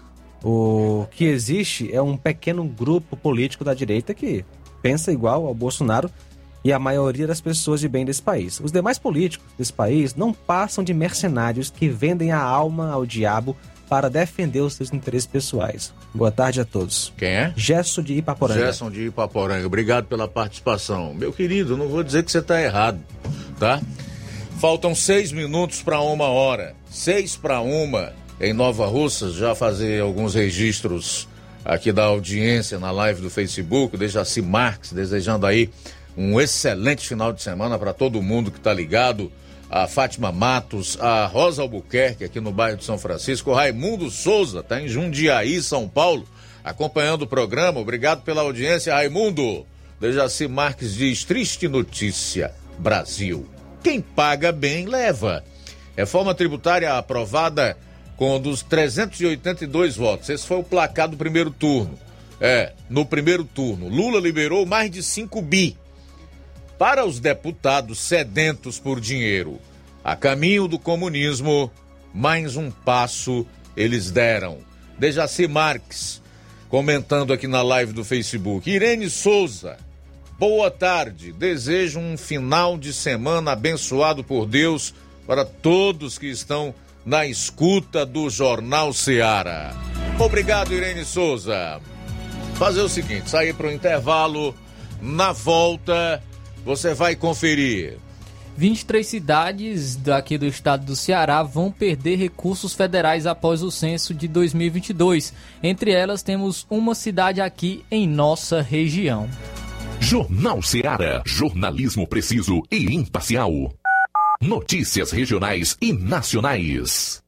C: O que existe é um pequeno grupo político da direita que pensa igual ao Bolsonaro e a maioria das pessoas de bem desse país. Os demais políticos desse país não passam de mercenários que vendem a alma ao diabo para defender os seus interesses pessoais. Boa tarde a todos.
B: Quem é?
C: Gerson de Ipaporanga.
B: Gerson de Ipaporanga, obrigado pela participação. Meu querido, não vou dizer que você está errado, tá? Faltam 6 minutos para 1h. 6:01 em Nova Russas, já fazer alguns registros aqui da audiência na live do Facebook, Dejaci Marques, desejando aí um excelente final de semana para todo mundo que está ligado. A Fátima Matos, a Rosa Albuquerque aqui no bairro de São Francisco, o Raimundo Souza, tá em Jundiaí, São Paulo, acompanhando o programa. Obrigado pela audiência, Raimundo. Dejaci Marques diz: triste notícia, Brasil. Quem paga bem, leva. Reforma tributária aprovada com dos 382 votos. Esse foi o placar do primeiro turno. No primeiro turno, Lula liberou mais de 5 bi. Para os deputados sedentos por dinheiro, a caminho do comunismo, mais um passo eles deram. Dejaci Marques, comentando aqui na live do Facebook. Irene Souza, boa tarde. Desejo um final de semana abençoado por Deus para todos que estão na escuta do Jornal Ceará. Obrigado, Irene Souza. Fazer o seguinte, sair para o intervalo, na volta você vai conferir.
D: 23 cidades daqui do estado do Ceará vão perder recursos federais após o censo de 2022. Entre elas, temos uma cidade aqui em nossa região.
A: Jornal Ceará. Jornalismo preciso e imparcial. Notícias regionais e nacionais.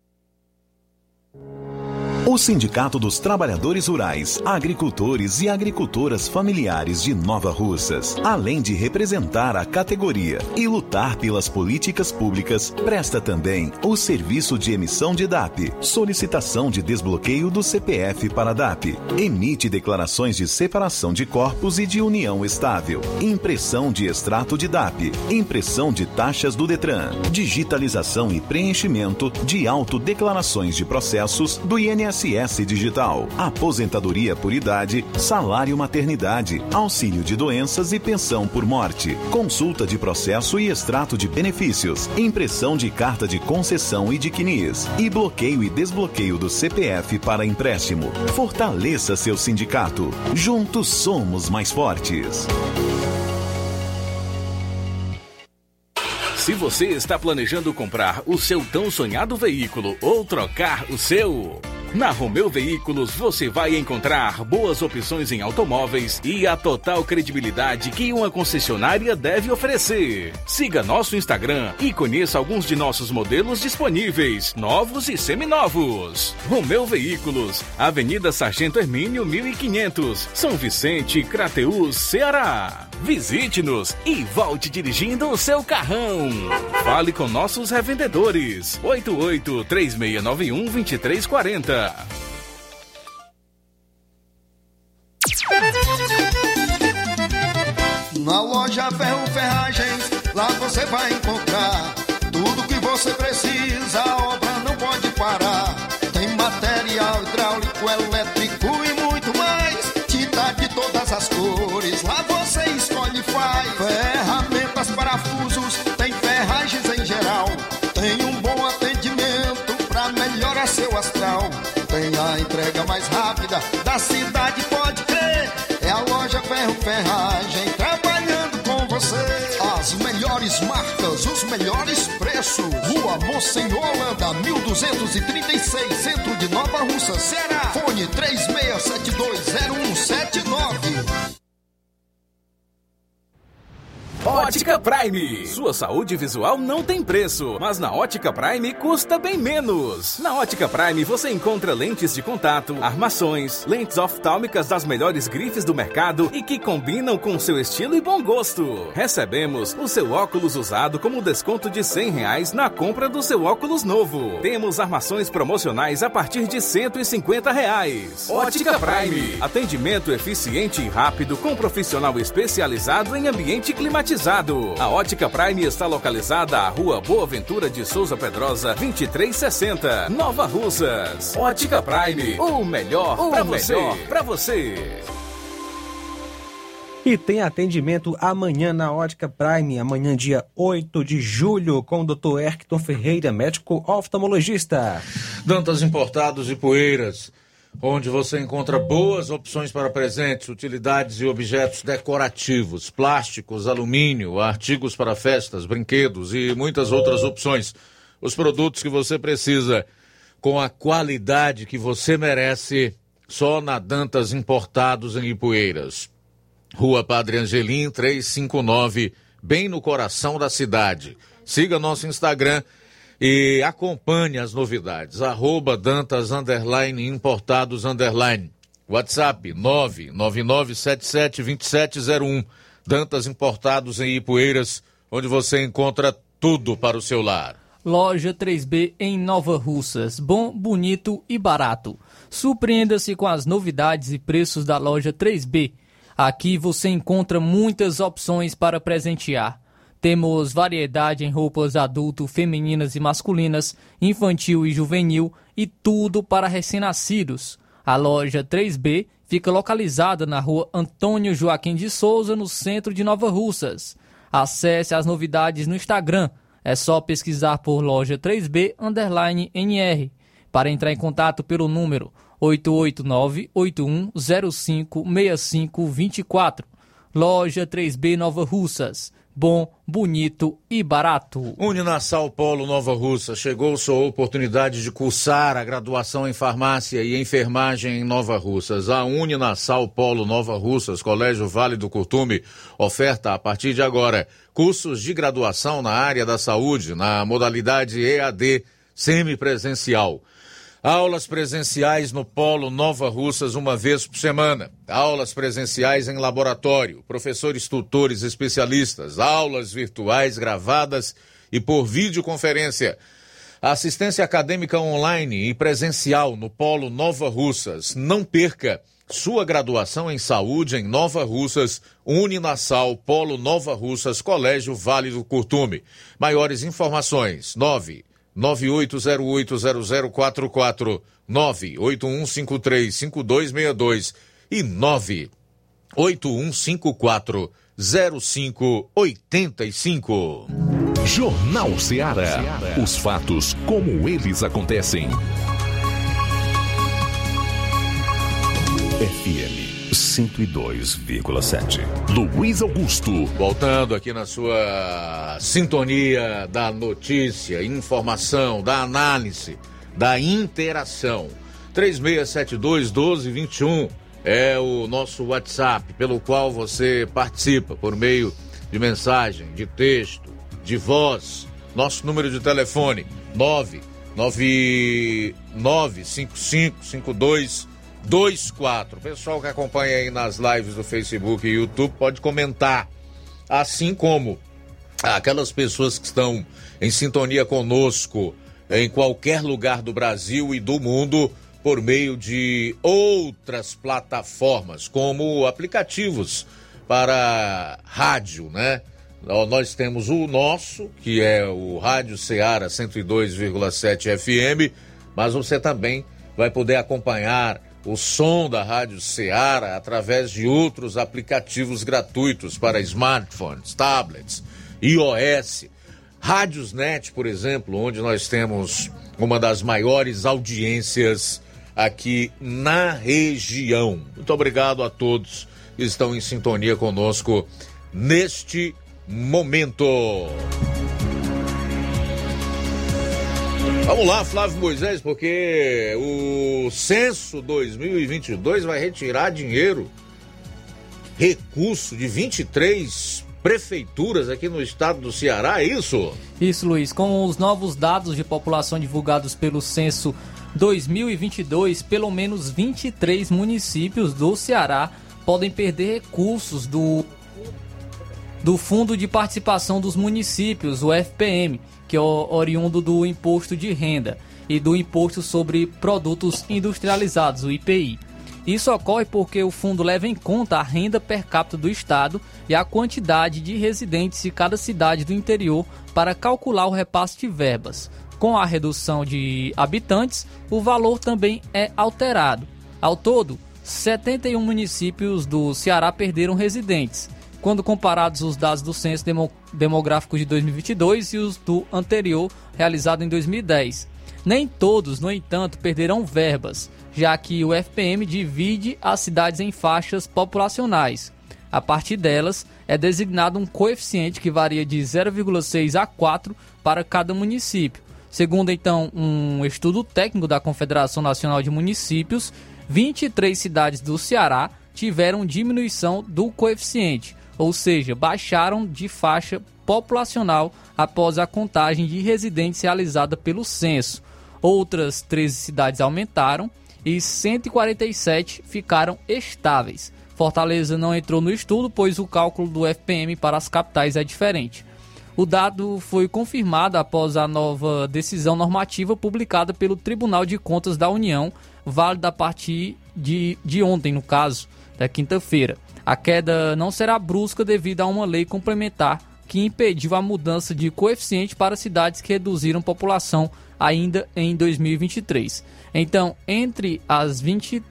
G: O Sindicato dos Trabalhadores Rurais, Agricultores e Agricultoras Familiares de Nova Russas, além de representar a categoria e lutar pelas políticas públicas, presta também o serviço de emissão de DAP, solicitação de desbloqueio do CPF para DAP, emite declarações de separação de corpos e de união estável, impressão de extrato de DAP, impressão de taxas do Detran, digitalização e preenchimento de autodeclarações de processos do INSS, INSS Digital, aposentadoria por idade, salário maternidade, auxílio de doenças e pensão por morte, consulta de processo e extrato de benefícios, impressão de carta de concessão e de CNIS, e bloqueio e desbloqueio do CPF para empréstimo. Fortaleça seu sindicato. Juntos somos mais fortes.
I: Se você está planejando comprar o seu tão sonhado veículo ou trocar o seu, na Romeu Veículos você vai encontrar boas opções em automóveis e a total credibilidade que uma concessionária deve oferecer. Siga nosso Instagram e conheça alguns de nossos modelos disponíveis, novos e seminovos. Romeu Veículos, Avenida Sargento Hermínio 1500, São Vicente, Crateús, Ceará. Visite-nos e volte dirigindo o seu carrão. Fale com nossos revendedores. 88-3691-2340.
S: Na loja Ferro Ferragens, lá você vai encontrar tudo que você precisa, a obra não pode parar. Tem material hidráulico, elétrico e muito mais. Tinta de todas as cores, lá você escolhe e faz. Ferramentas, parafusos, tem ferragens em geral. Tem um bom atendimento pra melhorar seu astral. Tem a entrega mais rápida da cidade, pode crer. É a loja Ferro Ferragem trabalhando com você. As melhores marcas, os melhores preços. Rua Monsenhor Holanda, 1236, centro de Nova Russa, Ceará. Fone 36720179.
I: Ótica Prime. Sua saúde visual não tem preço, mas na Ótica Prime custa bem menos. Na Ótica Prime você encontra lentes de contato, armações, lentes oftálmicas das melhores grifes do mercado e que combinam com seu estilo e bom gosto. Recebemos o seu óculos usado como desconto de R$100 na compra do seu óculos novo. Temos armações promocionais a partir de R$150. Ótica Prime. Atendimento eficiente e rápido com profissional especializado em ambiente climatizado. A Ótica Prime está localizada à Rua Boa Ventura de Souza Pedrosa, 2360, Nova Russas. Ótica Prime, o melhor pra você.
C: E tem atendimento amanhã na Ótica Prime, amanhã dia 8 de julho, com o Dr. Erkton Ferreira, médico oftalmologista.
B: Dantas Importados e Poeiras, onde você encontra boas opções para presentes, utilidades e objetos decorativos, plásticos, alumínio, artigos para festas, brinquedos e muitas outras opções. Os produtos que você precisa com a qualidade que você merece, só na Dantas Importados em Ipueiras. Rua Padre Angelim, 359, bem no coração da cidade. Siga nosso Instagram e acompanhe as novidades. @Dantas_Importados_. WhatsApp 999772701. Dantas Importados em Ipueiras, onde você encontra tudo para o seu lar.
D: Loja 3B em Nova Russas. Bom, bonito e barato. Surpreenda-se com as novidades e preços da Loja 3B. Aqui você encontra muitas opções para presentear. Temos variedade em roupas adulto, femininas e masculinas, infantil e juvenil e tudo para recém-nascidos. A loja 3B fica localizada na Rua Antônio Joaquim de Souza, no centro de Nova Russas. Acesse as novidades no Instagram. É só pesquisar por loja 3B_NR. Para entrar em contato pelo número 889-8105-6524. Loja 3B Nova Russas. Bom, bonito e barato.
B: Uninasal Polo Nova Russa. Chegou sua oportunidade de cursar a graduação em farmácia e enfermagem em Nova Russas. A Uninasal Polo Nova Russas, Colégio Vale do Curtume, oferta a partir de agora cursos de graduação na área da saúde, na modalidade EAD semipresencial. Aulas presenciais no Polo Nova Russas uma vez por semana. Aulas presenciais em laboratório, professores tutores especialistas, aulas virtuais gravadas e por videoconferência. Assistência acadêmica online e presencial no Polo Nova Russas. Não perca sua graduação em saúde em Nova Russas, Uninasal, Polo Nova Russas, Colégio Vale do Curtume. Maiores informações, 9 98080044, 981535262 e 981540585.
A: Jornal Ceará. Os fatos como eles acontecem. FM 102,7. Luiz Augusto.
B: Voltando aqui na sua sintonia da notícia, informação, da análise, da interação. 3672-1221 é o nosso WhatsApp, pelo qual você participa por meio de mensagem, de texto, de voz. Nosso número de telefone 999555224. Pessoal que acompanha aí nas lives do Facebook e YouTube pode comentar, assim como aquelas pessoas que estão em sintonia conosco em qualquer lugar do Brasil e do mundo por meio de outras plataformas, como aplicativos para rádio, né? Nós temos o nosso, que é o Rádio Ceará 102,7 FM, mas você também vai poder acompanhar o som da Rádio Ceará através de outros aplicativos gratuitos para smartphones, tablets, iOS, Rádiosnet, por exemplo, onde nós temos uma das maiores audiências aqui na região. Muito obrigado a todos que estão em sintonia conosco neste momento. Vamos lá, Flávio Moisés, porque o censo 2022 vai retirar dinheiro, recurso de 23 prefeituras aqui no estado do Ceará, é isso?
D: Isso, Luiz. Com os novos dados de população divulgados pelo censo 2022, pelo menos 23 municípios do Ceará podem perder recursos do Fundo de Participação dos Municípios, o FPM, que é oriundo do Imposto de Renda e do Imposto sobre Produtos Industrializados, o IPI. Isso ocorre porque o fundo leva em conta a renda per capita do estado e a quantidade de residentes de cada cidade do interior para calcular o repasse de verbas. Com a redução de habitantes, o valor também é alterado. Ao todo, 71 municípios do Ceará perderam residentes, quando comparados os dados do Censo Demográfico de 2022 e os do anterior, realizado em 2010. Nem todos, no entanto, perderão verbas, já que o FPM divide as cidades em faixas populacionais. A partir delas, é designado um coeficiente que varia de 0,6 a 4 para cada município. Segundo, então, um estudo técnico da Confederação Nacional de Municípios, 23 cidades do Ceará tiveram diminuição do coeficiente, ou seja, baixaram de faixa populacional após a contagem de residentes realizada pelo censo. Outras 13 cidades aumentaram e 147 ficaram estáveis. Fortaleza não entrou no estudo, pois o cálculo do FPM para as capitais é diferente. O dado foi confirmado após a nova decisão normativa publicada pelo Tribunal de Contas da União, válida a partir de ontem, no caso, da quinta-feira. A queda não será brusca devido a uma lei complementar que impediu a mudança de coeficiente para cidades que reduziram população ainda em 2023. Então, entre os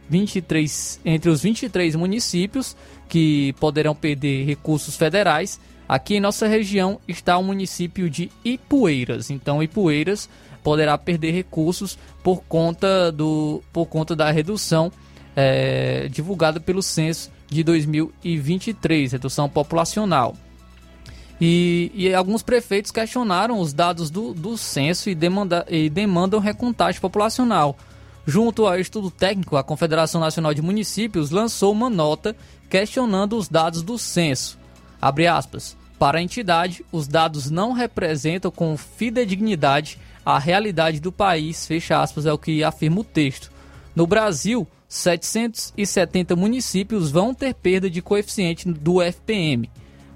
D: 23 municípios que poderão perder recursos federais, aqui em nossa região está o município de Ipueiras. Então, Ipueiras poderá perder recursos por conta da redução divulgada pelo censo de 2023, redução populacional. E alguns prefeitos questionaram os dados do censo e demandam recontagem populacional. Junto ao estudo técnico, a Confederação Nacional de Municípios lançou uma nota questionando os dados do censo. Abre aspas. Para a entidade, os dados não representam com fidedignidade a realidade do país, fecha aspas, é o que afirma o texto. No Brasil, 770 municípios vão ter perda de coeficiente do FPM.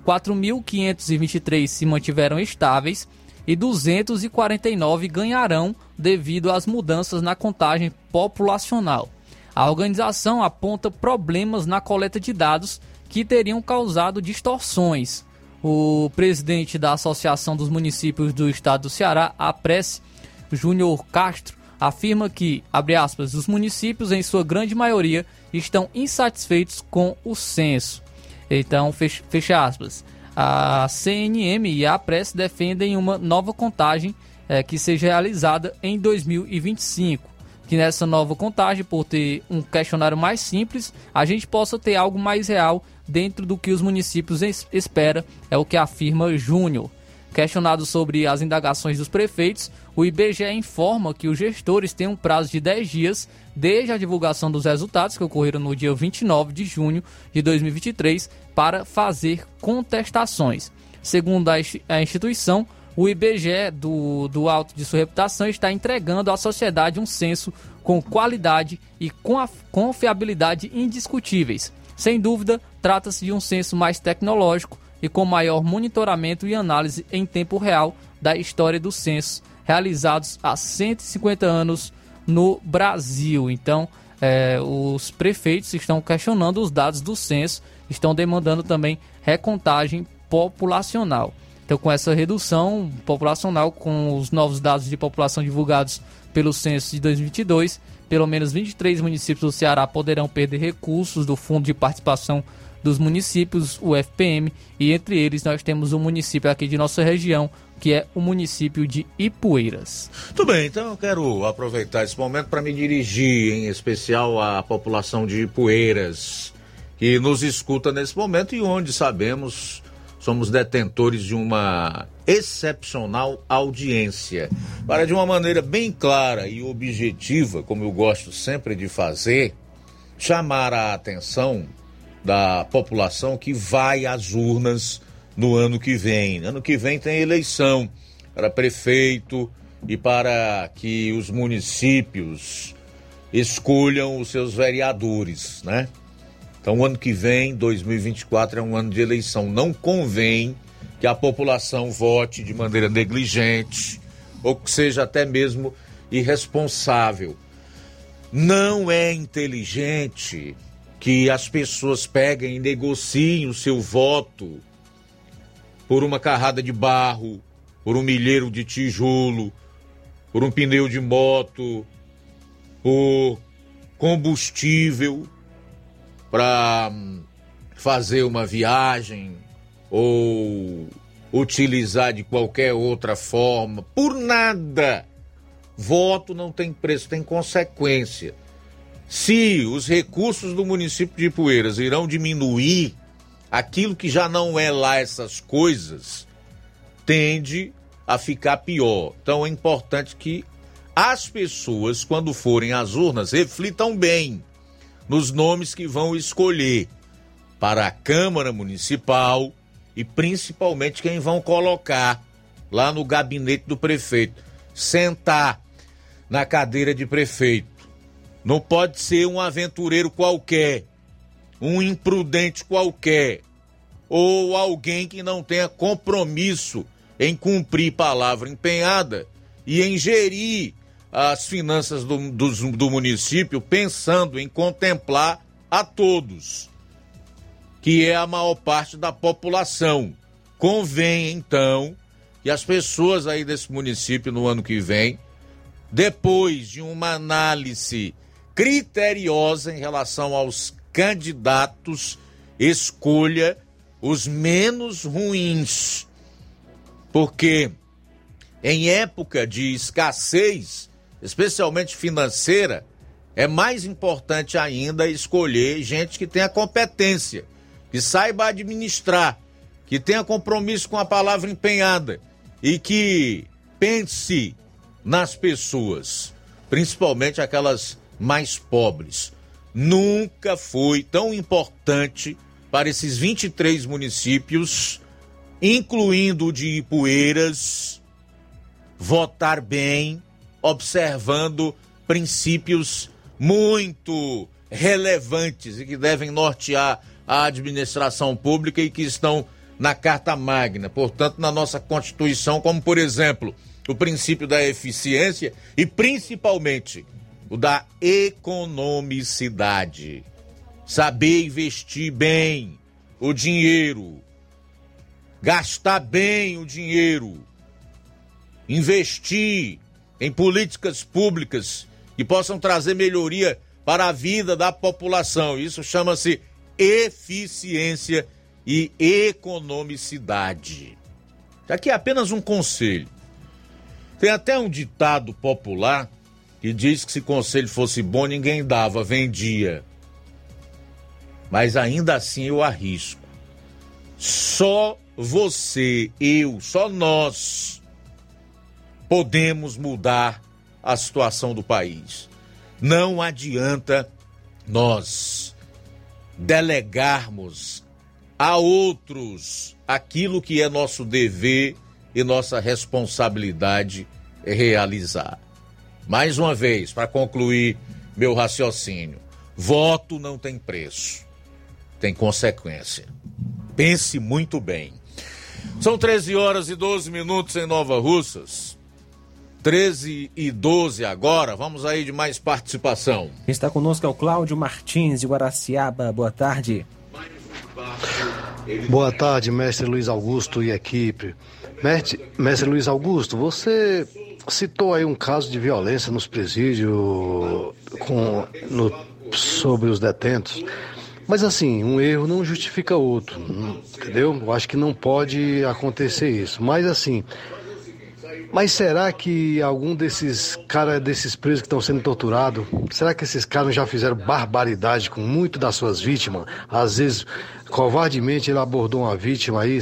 D: 4.523 se mantiveram estáveis e 249 ganharão devido às mudanças na contagem populacional. A organização aponta problemas na coleta de dados que teriam causado distorções. O presidente da Associação dos Municípios do Estado do Ceará, a APRES, Júnior Castro, afirma que, abre aspas, os municípios, em sua grande maioria, estão insatisfeitos com o censo. Então, fecha aspas. A CNM e a APRES defendem uma nova contagem que seja realizada em 2025. Que nessa nova contagem, por ter um questionário mais simples, a gente possa ter algo mais real dentro do que os municípios esperam, é o que afirma Júnior. Questionado sobre as indagações dos prefeitos, o IBGE informa que os gestores têm um prazo de 10 dias desde a divulgação dos resultados, que ocorreram no dia 29 de junho de 2023, para fazer contestações. Segundo a instituição, o IBGE, do alto de sua reputação, está entregando à sociedade um censo com qualidade e com a confiabilidade indiscutíveis. Sem dúvida, trata-se de um censo mais tecnológico e com maior monitoramento e análise em tempo real da história do censo, realizados há 150 anos no Brasil. Então, os prefeitos estão questionando os dados do censo, estão demandando também recontagem populacional. Então, com essa redução populacional, com os novos dados de população divulgados pelo censo de 2022, pelo menos 23 municípios do Ceará poderão perder recursos do Fundo de Participação dos Municípios, o FPM, e entre eles nós temos um município aqui de nossa região, que é o município de Ipueiras.
B: Muito bem, então eu quero aproveitar esse momento para me dirigir em especial à população de Ipueiras, que nos escuta nesse momento e onde sabemos somos detentores de uma excepcional audiência. Para, de uma maneira bem clara e objetiva, como eu gosto sempre de fazer, chamar a atenção da população que vai às urnas no ano que vem. Ano que vem tem eleição para prefeito e para que os municípios escolham os seus vereadores, né? Então, ano que vem, 2024, é um ano de eleição. Não convém que a população vote de maneira negligente ou que seja até mesmo irresponsável. Não é inteligente que as pessoas peguem e negociem o seu voto por uma carrada de barro, por um milheiro de tijolo, por um pneu de moto, por combustível para fazer uma viagem ou utilizar de qualquer outra forma, por nada. Voto não tem preço, tem consequência. Se os recursos do município de Ipueiras irão diminuir, aquilo que já não é lá essas coisas tende a ficar pior. Então é importante que as pessoas, quando forem às urnas, reflitam bem nos nomes que vão escolher para a Câmara Municipal e principalmente quem vão colocar lá no gabinete do prefeito, sentar na cadeira de prefeito. Não pode ser um aventureiro qualquer, um imprudente qualquer, ou alguém que não tenha compromisso em cumprir palavra empenhada e em gerir as finanças do município pensando em contemplar a todos, que é a maior parte da população. Convém, então, que as pessoas aí desse município no ano que vem, depois de uma análise criteriosa em relação aos candidatos, escolha os menos ruins. Porque em época de escassez, especialmente financeira, é mais importante ainda escolher gente que tenha competência, que saiba administrar, que tenha compromisso com a palavra empenhada e que pense nas pessoas, principalmente aquelas mais pobres. Nunca foi tão importante para esses 23 municípios, incluindo o de Ipueiras, votar bem, observando princípios muito relevantes e que devem nortear a administração pública e que estão na Carta Magna, portanto, na nossa Constituição, como, por exemplo, o princípio da eficiência e, principalmente, o da economicidade. Saber investir bem o dinheiro, gastar bem o dinheiro, investir em políticas públicas que possam trazer melhoria para a vida da população. Isso chama-se eficiência e economicidade. Aqui é apenas um conselho. Tem até um ditado popular que diz que se conselho fosse bom, ninguém dava, vendia. Mas ainda assim eu arrisco. Só você, eu, só nós podemos mudar a situação do país. Não adianta nós delegarmos a outros aquilo que é nosso dever e nossa responsabilidade realizar. Mais uma vez, para concluir meu raciocínio, voto não tem preço, tem consequência. Pense muito bem. São 13h12 em Nova Russas. 13h12 agora. Vamos aí de mais participação.
C: Quem está conosco é o Cláudio Martins, de Guaraciaba. Boa tarde.
T: Boa tarde, mestre Luiz Augusto e equipe. Mestre Luiz Augusto, você citou aí um caso de violência nos presídios sobre os detentos. Mas assim, um erro não justifica outro, entendeu? Eu acho que não pode acontecer isso. Mas assim, será que algum desses presos que estão sendo torturados, será que esses caras já fizeram barbaridade com muito das suas vítimas? Às vezes, covardemente, ele abordou uma vítima aí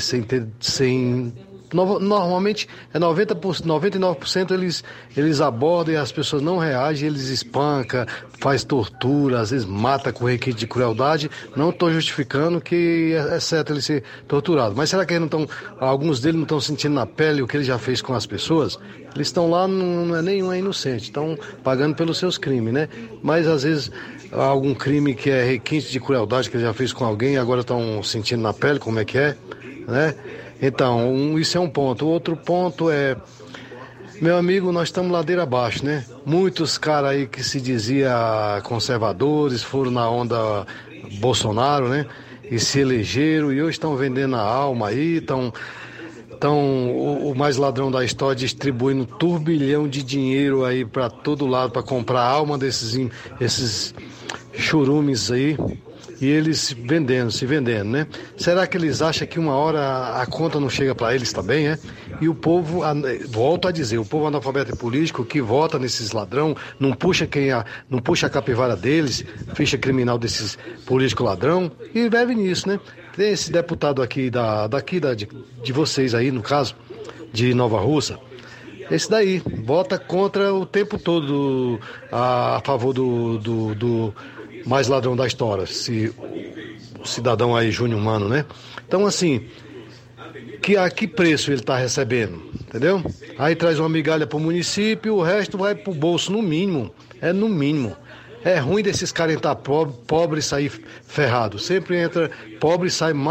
T: normalmente é 99% eles abordam e as pessoas não reagem, eles espancam, faz tortura, às vezes mata com requinte de crueldade. Não estou justificando que é certo ele ser torturado, mas será que alguns deles não estão sentindo na pele o que ele já fez com as pessoas? Eles estão lá, não é nenhum inocente, estão pagando pelos seus crimes, né? Mas às vezes algum crime que é requinte de crueldade que ele já fez com alguém, agora estão sentindo na pele como é que é, né? Então, isso é um ponto. O outro ponto é, meu amigo, nós estamos ladeira abaixo, né? Muitos caras aí que se dizia conservadores foram na onda Bolsonaro, né? E se elegeram e hoje estão vendendo a alma aí, estão o mais ladrão da história distribuindo um turbilhão de dinheiro aí para todo lado para comprar a alma esses churumes aí. E eles se vendendo, né? Será que eles acham que uma hora a conta não chega para eles também, né? E o povo, volto a dizer, o povo analfabeto e político que vota nesses ladrão, não puxa a capivara deles, ficha criminal desses políticos ladrão, e bebe nisso, né? Tem esse deputado aqui de vocês aí, no caso, de Nova Russa, esse daí, vota contra o tempo todo a favor do mais ladrão da história, o cidadão aí, Júnior Mano, né? Então, assim, a que preço ele está recebendo, entendeu? Aí traz uma migalha para o município, o resto vai para o bolso, no mínimo. É ruim desses caras entrar pobre e sair ferrado. Sempre entra pobre e sai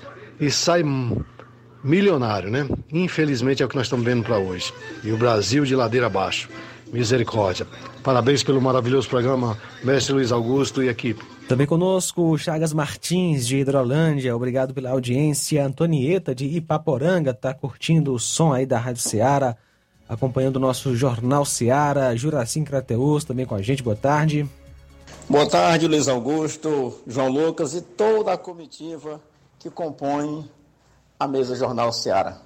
T: milionário, né? Infelizmente é o que nós estamos vendo para hoje. E o Brasil de ladeira abaixo. Misericórdia. Parabéns pelo maravilhoso programa, mestre Luiz Augusto e equipe.
C: Também conosco, Chagas Martins, de Hidrolândia. Obrigado pela audiência. Antonieta, de Ipaporanga, está curtindo o som aí da Rádio Ceará, acompanhando o nosso Jornal Ceará. Juracim Crateus também com a gente. Boa tarde.
U: Boa tarde, Luiz Augusto, João Lucas e toda a comitiva que compõe a mesa Jornal Ceará.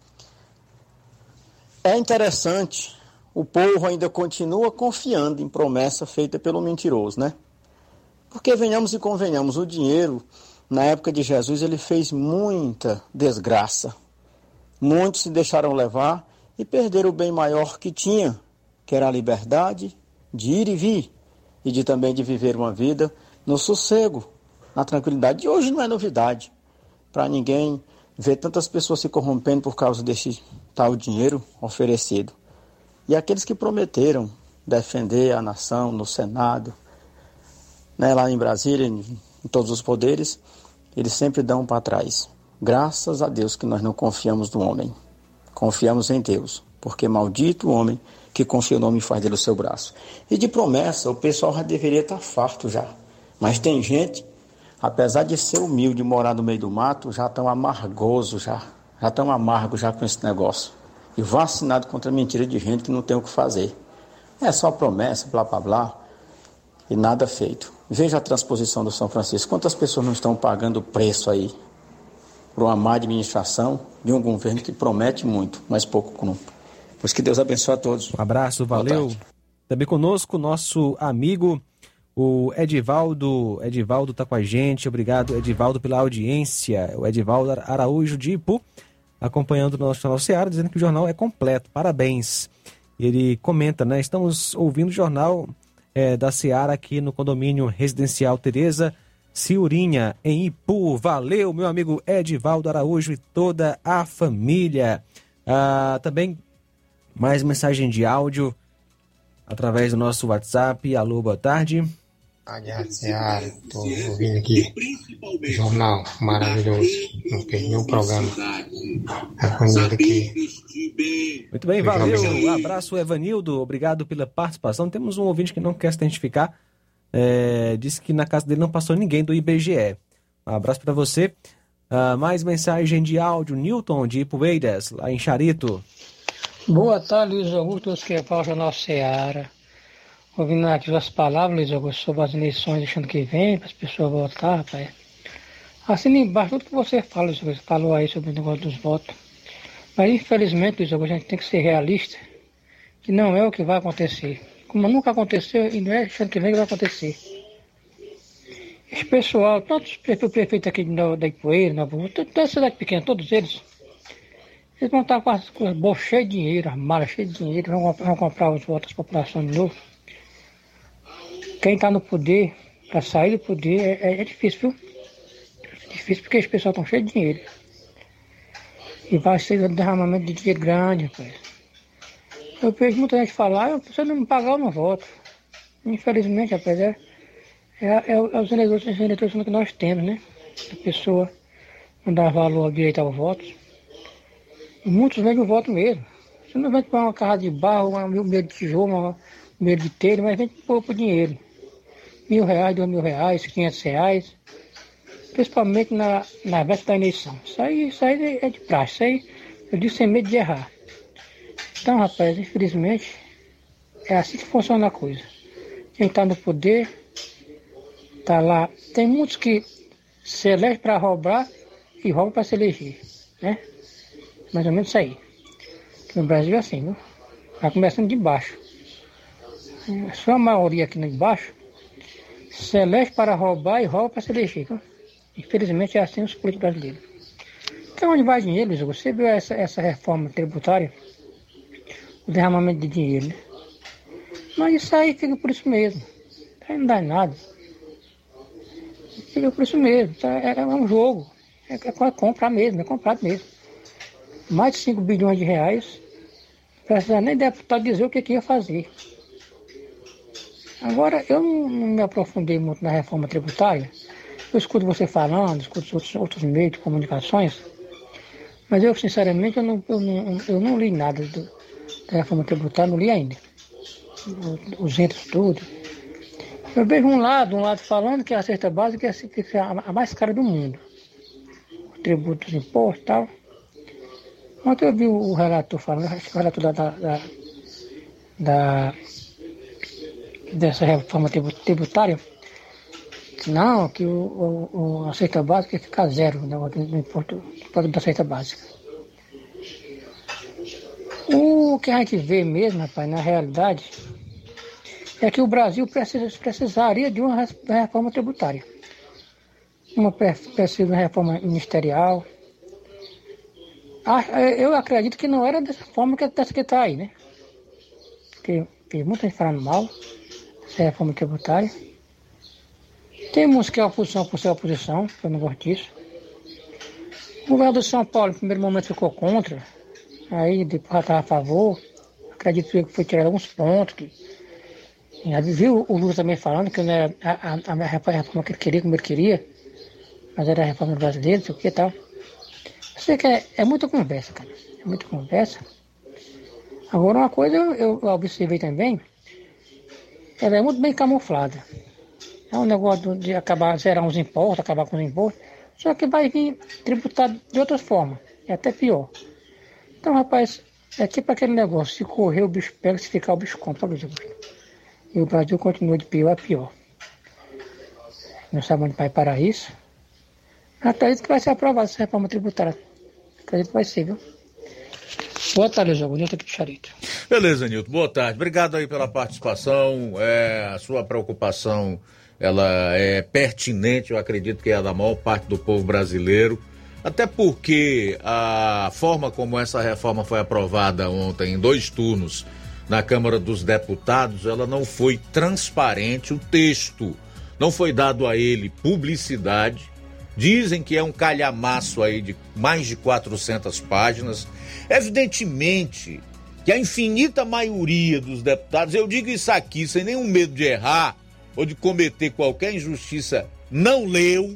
U: É interessante, o povo ainda continua confiando em promessa feita pelo mentiroso, né? Porque venhamos e convenhamos, o dinheiro, na época de Jesus, ele fez muita desgraça. Muitos se deixaram levar e perderam o bem maior que tinha, que era a liberdade de ir e vir, e também de viver uma vida no sossego, na tranquilidade. E hoje não é novidade para ninguém ver tantas pessoas se corrompendo por causa desse tal dinheiro oferecido. E aqueles que prometeram defender a nação no Senado, né, lá em Brasília, em todos os poderes, eles sempre dão para trás. Graças a Deus que nós não confiamos no homem. Confiamos em Deus, porque maldito o homem que confia no homem e faz dele o seu braço. E de promessa, o pessoal já deveria estar farto já. Mas tem gente, apesar de ser humilde e morar no meio do mato, já estão amargosos já estão amargos já com esse negócio. E vacinado contra a mentira de gente que não tem o que fazer. É só promessa, blá blá blá, e nada feito. Veja a transposição do São Francisco. Quantas pessoas não estão pagando o preço aí por uma má administração de um governo que promete muito, mas pouco cumpre. Pois que Deus abençoe a todos.
C: Um abraço, valeu. Também conosco nosso amigo, o Edivaldo. Edivaldo está com a gente. Obrigado, Edivaldo, pela audiência. O Edivaldo Araújo de Ipu, acompanhando o nosso Jornal Seara, dizendo que o jornal é completo. Parabéns. Ele comenta, né? Estamos ouvindo o jornal da Seara aqui no condomínio residencial Tereza Ciurinha, em Ipu. Valeu, meu amigo Edivaldo Araújo e toda a família. Também mais mensagem de áudio através do nosso WhatsApp. Alô, boa tarde.
E: Rádio Seara, estou ouvindo aqui jornal maravilhoso, não perdi nenhum programa. Evanildo aqui.
C: Muito bem, valeu. Um abraço, Evanildo, obrigado pela participação. Temos um ouvinte que não quer se identificar, disse que na casa dele não passou ninguém do IBGE. Um abraço para você. Mais mensagem de áudio, Newton de Ipueiras, lá em Charito.
V: Boa tarde, Luiz Augusto, que é para o Jornal Seara. Ouvindo aqui as palavras, Luiz Augusto, sobre as eleições do ano que vem, para as pessoas votar, rapaz. Assina embaixo tudo que você fala, Luiz Augusto, falou aí sobre o negócio dos votos. Mas, infelizmente, Luiz Augusto, a gente tem que ser realista, que não é o que vai acontecer. Como nunca aconteceu, e não é ano que vem que vai acontecer. Esse pessoal, todos os prefeitos aqui da Ipueira, toda cidade pequena, todos eles vão estar com as bolsas cheias de dinheiro, as malas cheias de dinheiro, vão comprar os votos da população de novo. Quem está no poder, para sair do poder, é difícil, viu? É difícil porque os pessoal estão cheios de dinheiro. E vai ser um derramamento de dinheiro grande, rapaz. Eu vejo muita gente falar, se eu não me pagar, eu não voto. Infelizmente, rapaz, os eleitores que nós temos, né? A pessoa não dá valor ao direito ao voto. E muitos vendem o voto mesmo. Você não vende para uma casa de barro, um meio de tijolo, um meio de telha, mas vende pouco dinheiro. R$1.000, R$2.000, R$500, principalmente na véspera da eleição. Isso aí é de praxe, isso aí eu digo sem medo de errar. Então, rapaz, infelizmente, é assim que funciona a coisa. Quem está no poder, está lá. Tem muitos que se elegem para roubar e roubam para se eleger, né? Mais ou menos isso aí. Aqui no Brasil é assim, viu? Vai começando de baixo. A sua maioria aqui de baixo se elege para roubar e rouba para se eleger. Viu? Infelizmente é assim os políticos brasileiros. Então onde vai dinheiro, Luiz? Você viu essa reforma tributária? O derramamento de dinheiro, né? Mas isso aí fica por isso mesmo. Isso aí não dá em nada. Fica por isso mesmo. É um jogo. É comprar mesmo, é comprado mesmo. Mais de 5 bilhões de reais, não precisa nem deputado dizer o que ia fazer. Agora, eu não me aprofundei muito na reforma tributária. Eu escuto você falando, escuto outros meios de comunicações, mas eu, sinceramente, eu não li nada da reforma tributária, não li ainda. Os entes tudo. Eu vejo um lado falando que a cesta básica é a mais cara do mundo. O tributo dos impostos e tal. Ontem eu vi o relator falando, acho que o relator dessa reforma tributária, que não, que a cesta básica ia ficar zero no imposto da cesta básica. O que a gente vê mesmo, rapaz, na realidade, é que o Brasil precisaria de uma reforma tributária. Precisa de uma reforma ministerial. Eu acredito que não era dessa forma que está aí, né? Porque tem muita gente falando mal dessa reforma tributária. Tem uns que é oposição por ser oposição, eu não gosto disso. O governador de São Paulo, no primeiro momento, ficou contra. Aí depois já estava a favor. Acredito que foi tirado alguns pontos. Viu o Lula também falando que não era a reforma que ele queria, como ele queria, mas era a reforma brasileira, não sei o que e tal. Sei que é muita conversa, cara. É muita conversa. Agora, uma coisa eu observei também, ela é muito bem camuflada. É um negócio de zerar uns impostos, acabar com os impostos, só que vai vir tributado de outra forma, é até pior. Então, rapaz, É tipo aquele negócio, se correr o bicho pega, se ficar o bicho compra, sabe, Luiz Augusto? E o Brasil continua de pior a pior. Não sabe onde vai parar isso. Acredito que vai ser aprovada essa reforma tributária. Acredito que vai ser, viu? Boa tarde, Luiz Augusto. Nilton aqui do Charito.
B: Beleza, Nilton. Boa tarde. Obrigado aí pela participação. A sua preocupação, ela é pertinente, eu acredito que é a da maior parte do povo brasileiro. Até porque a forma como essa reforma foi aprovada ontem em 2 turnos na Câmara dos Deputados, ela não foi transparente, o texto não foi dado a ele publicidade. Dizem que é um calhamaço aí de mais de 400 páginas. Evidentemente que a infinita maioria dos deputados, eu digo isso aqui sem nenhum medo de errar ou de cometer qualquer injustiça, não leu.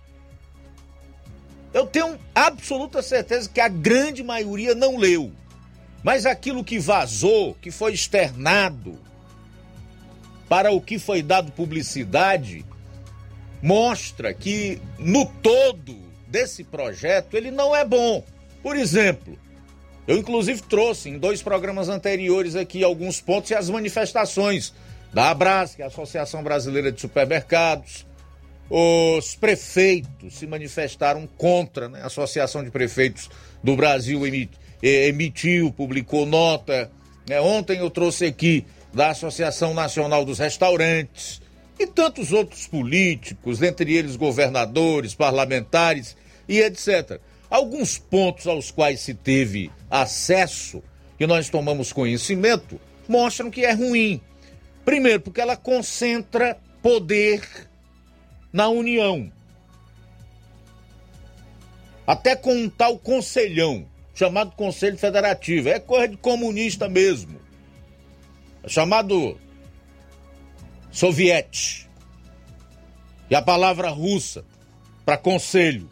B: Eu tenho absoluta certeza que a grande maioria não leu. Mas aquilo que vazou, que foi externado, para o que foi dado publicidade, mostra que no todo desse projeto ele não é bom. Por exemplo, eu inclusive trouxe em 2 programas anteriores aqui alguns pontos e as manifestações da Abras, que é a Associação Brasileira de Supermercados. Os prefeitos se manifestaram contra, né? A Associação de Prefeitos do Brasil publicou nota. Ontem eu trouxe aqui da Associação Nacional dos Restaurantes e tantos outros políticos, entre eles governadores, parlamentares e etc. Alguns pontos aos quais se teve acesso, que nós tomamos conhecimento, mostram que é ruim. Primeiro, porque ela concentra poder na União. Até com um tal conselhão, chamado Conselho Federativo. É coisa de comunista mesmo. É chamado soviete. E a palavra russa para conselho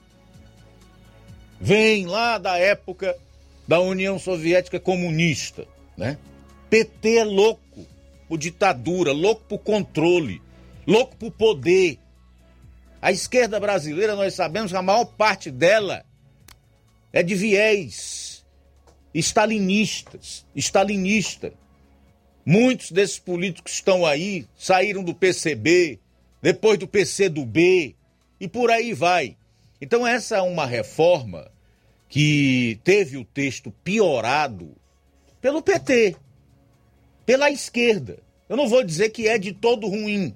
B: vem lá da época da União Soviética Comunista, né? PT é louco por ditadura, louco por controle, louco por poder. A esquerda brasileira, nós sabemos que a maior parte dela é de viés stalinista. Muitos desses políticos que estão aí saíram do PCB, depois do PCdoB e por aí vai. Então essa é uma reforma que teve o texto piorado pelo PT, pela esquerda. Eu não vou dizer que é de todo ruim,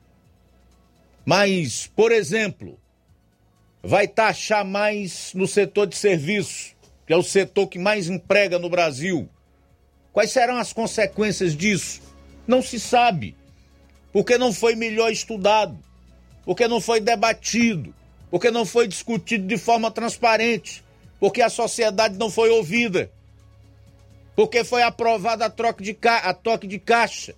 B: mas, por exemplo, vai taxar mais no setor de serviço, que é o setor que mais emprega no Brasil. Quais serão as consequências disso? Não se sabe, porque não foi melhor estudado, porque não foi debatido, porque não foi discutido de forma transparente, porque a sociedade não foi ouvida, porque foi aprovada a toque de caixa.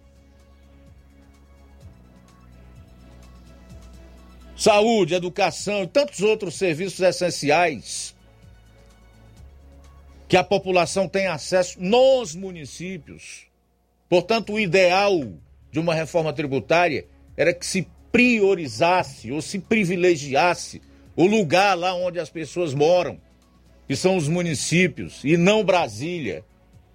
B: Saúde, educação e tantos outros serviços essenciais que a população tem acesso nos municípios. Portanto, o ideal de uma reforma tributária era que se priorizasse ou se privilegiasse o lugar lá onde as pessoas moram, que são os municípios, e não Brasília.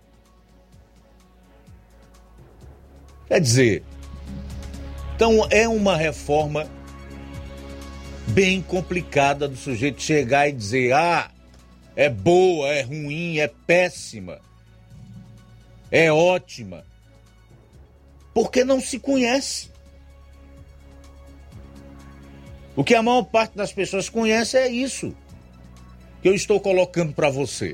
B: Quer dizer, então é uma reforma bem complicada do sujeito chegar e dizer: é boa, é ruim, é péssima, é ótima, porque não se conhece. O que a maior parte das pessoas conhece é isso que eu estou colocando para você.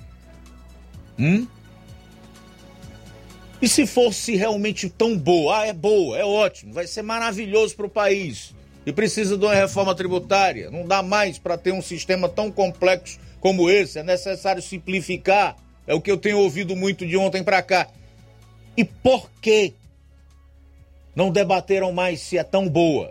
B: E se fosse realmente tão boa, é ótimo, vai ser maravilhoso para o país. E precisa de uma reforma tributária. Não dá mais para ter um sistema tão complexo como esse. É necessário simplificar. É o que eu tenho ouvido muito de ontem para cá. E por que não debateram mais se é tão boa?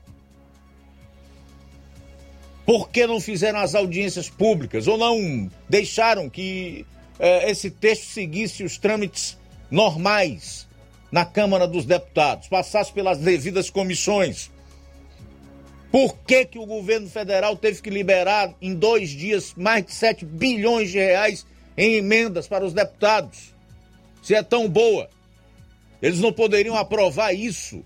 B: Por que não fizeram as audiências públicas? Ou não deixaram que esse texto seguisse os trâmites normais na Câmara dos Deputados, passasse pelas devidas comissões? Por que o governo federal teve que liberar em 2 dias mais de 7 bilhões de reais em emendas para os deputados? Se é tão boa, eles não poderiam aprovar isso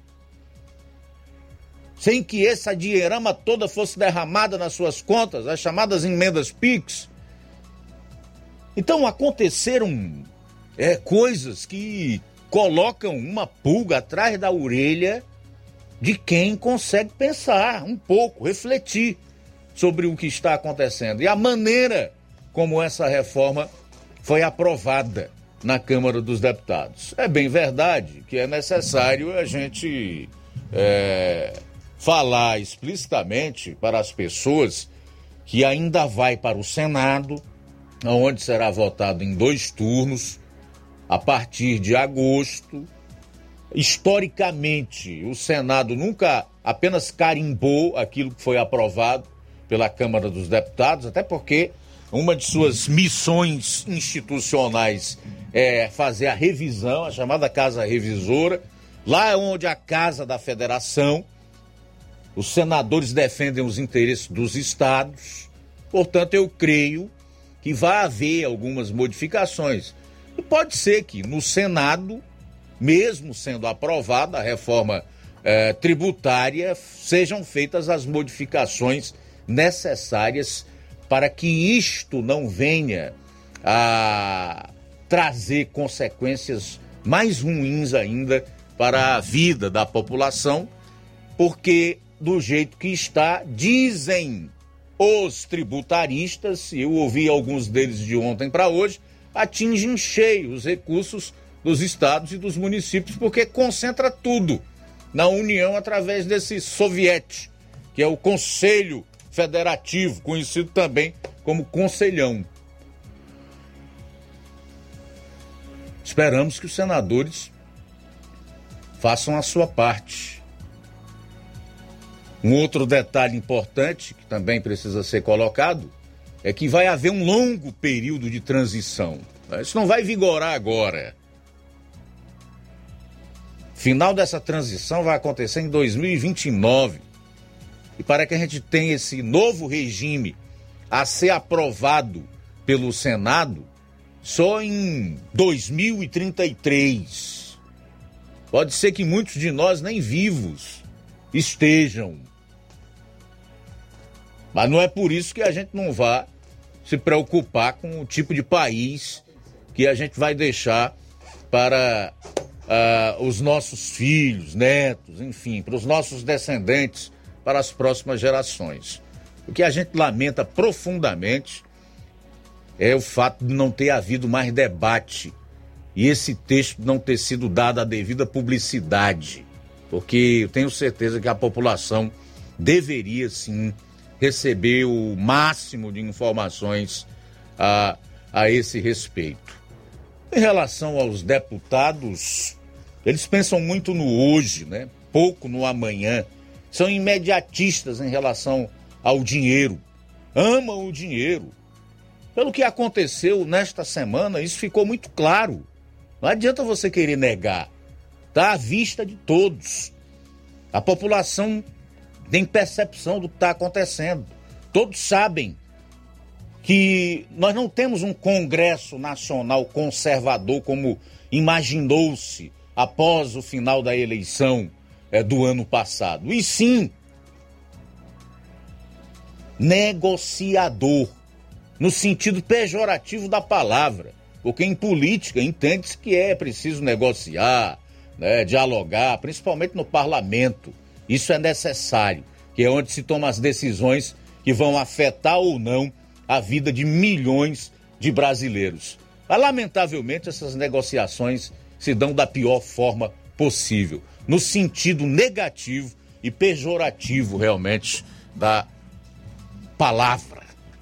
B: sem que essa dinheirama toda fosse derramada nas suas contas, as chamadas emendas PIX? Então aconteceram coisas que colocam uma pulga atrás da orelha de quem consegue pensar um pouco, refletir sobre o que está acontecendo e a maneira como essa reforma foi aprovada na Câmara dos Deputados. É bem verdade que é necessário a gente falar explicitamente para as pessoas que ainda vai para o Senado, onde será votado em 2 turnos, a partir de agosto. Historicamente, o Senado nunca apenas carimbou aquilo que foi aprovado pela Câmara dos Deputados, até porque uma de suas missões institucionais é fazer a revisão, a chamada Casa Revisora. Lá é onde a Casa da Federação, os senadores defendem os interesses dos estados. Portanto, eu creio que vai haver algumas modificações. E pode ser que no Senado, mesmo sendo aprovada a reforma tributária, sejam feitas as modificações necessárias para que isto não venha a trazer consequências mais ruins ainda para a vida da população, porque do jeito que está, dizem os tributaristas, e eu ouvi alguns deles de ontem para hoje, atingem cheio os recursos dos estados e dos municípios, porque concentra tudo na União através desse soviete, que é o Conselho Federativo, conhecido também como Conselhão. Esperamos que os senadores façam a sua parte. Um outro detalhe importante, que também precisa ser colocado, é que vai haver um longo período de transição. Isso não vai vigorar agora. Final dessa transição vai acontecer em 2029. E para que a gente tenha esse novo regime a ser aprovado pelo Senado só em 2033. Pode ser que muitos de nós nem vivos estejam. Mas não é por isso que a gente não vai se preocupar com o tipo de país que a gente vai deixar para os nossos filhos, netos, enfim, para os nossos descendentes, para as próximas gerações. O que a gente lamenta profundamente é o fato de não ter havido mais debate e esse texto não ter sido dado a devida publicidade, porque eu tenho certeza que a população deveria sim receber o máximo de informações a esse respeito. Em relação aos deputados, eles pensam muito no hoje, né? Pouco no amanhã. São imediatistas em relação ao dinheiro. Amam o dinheiro. Pelo que aconteceu nesta semana, isso ficou muito claro. Não adianta você querer negar. Está à vista de todos. A população tem percepção do que está acontecendo. Todos sabem que nós não temos um Congresso Nacional conservador como imaginou-se após o final da eleição do ano passado. E sim, negociador, no sentido pejorativo da palavra. Porque em política entende-se que é preciso negociar, né, dialogar, principalmente no parlamento. Isso é necessário, que é onde se tomam as decisões que vão afetar ou não a vida de milhões de brasileiros. Mas, lamentavelmente, essas negociações se dão da pior forma possível, no sentido negativo e pejorativo, realmente, da palavra.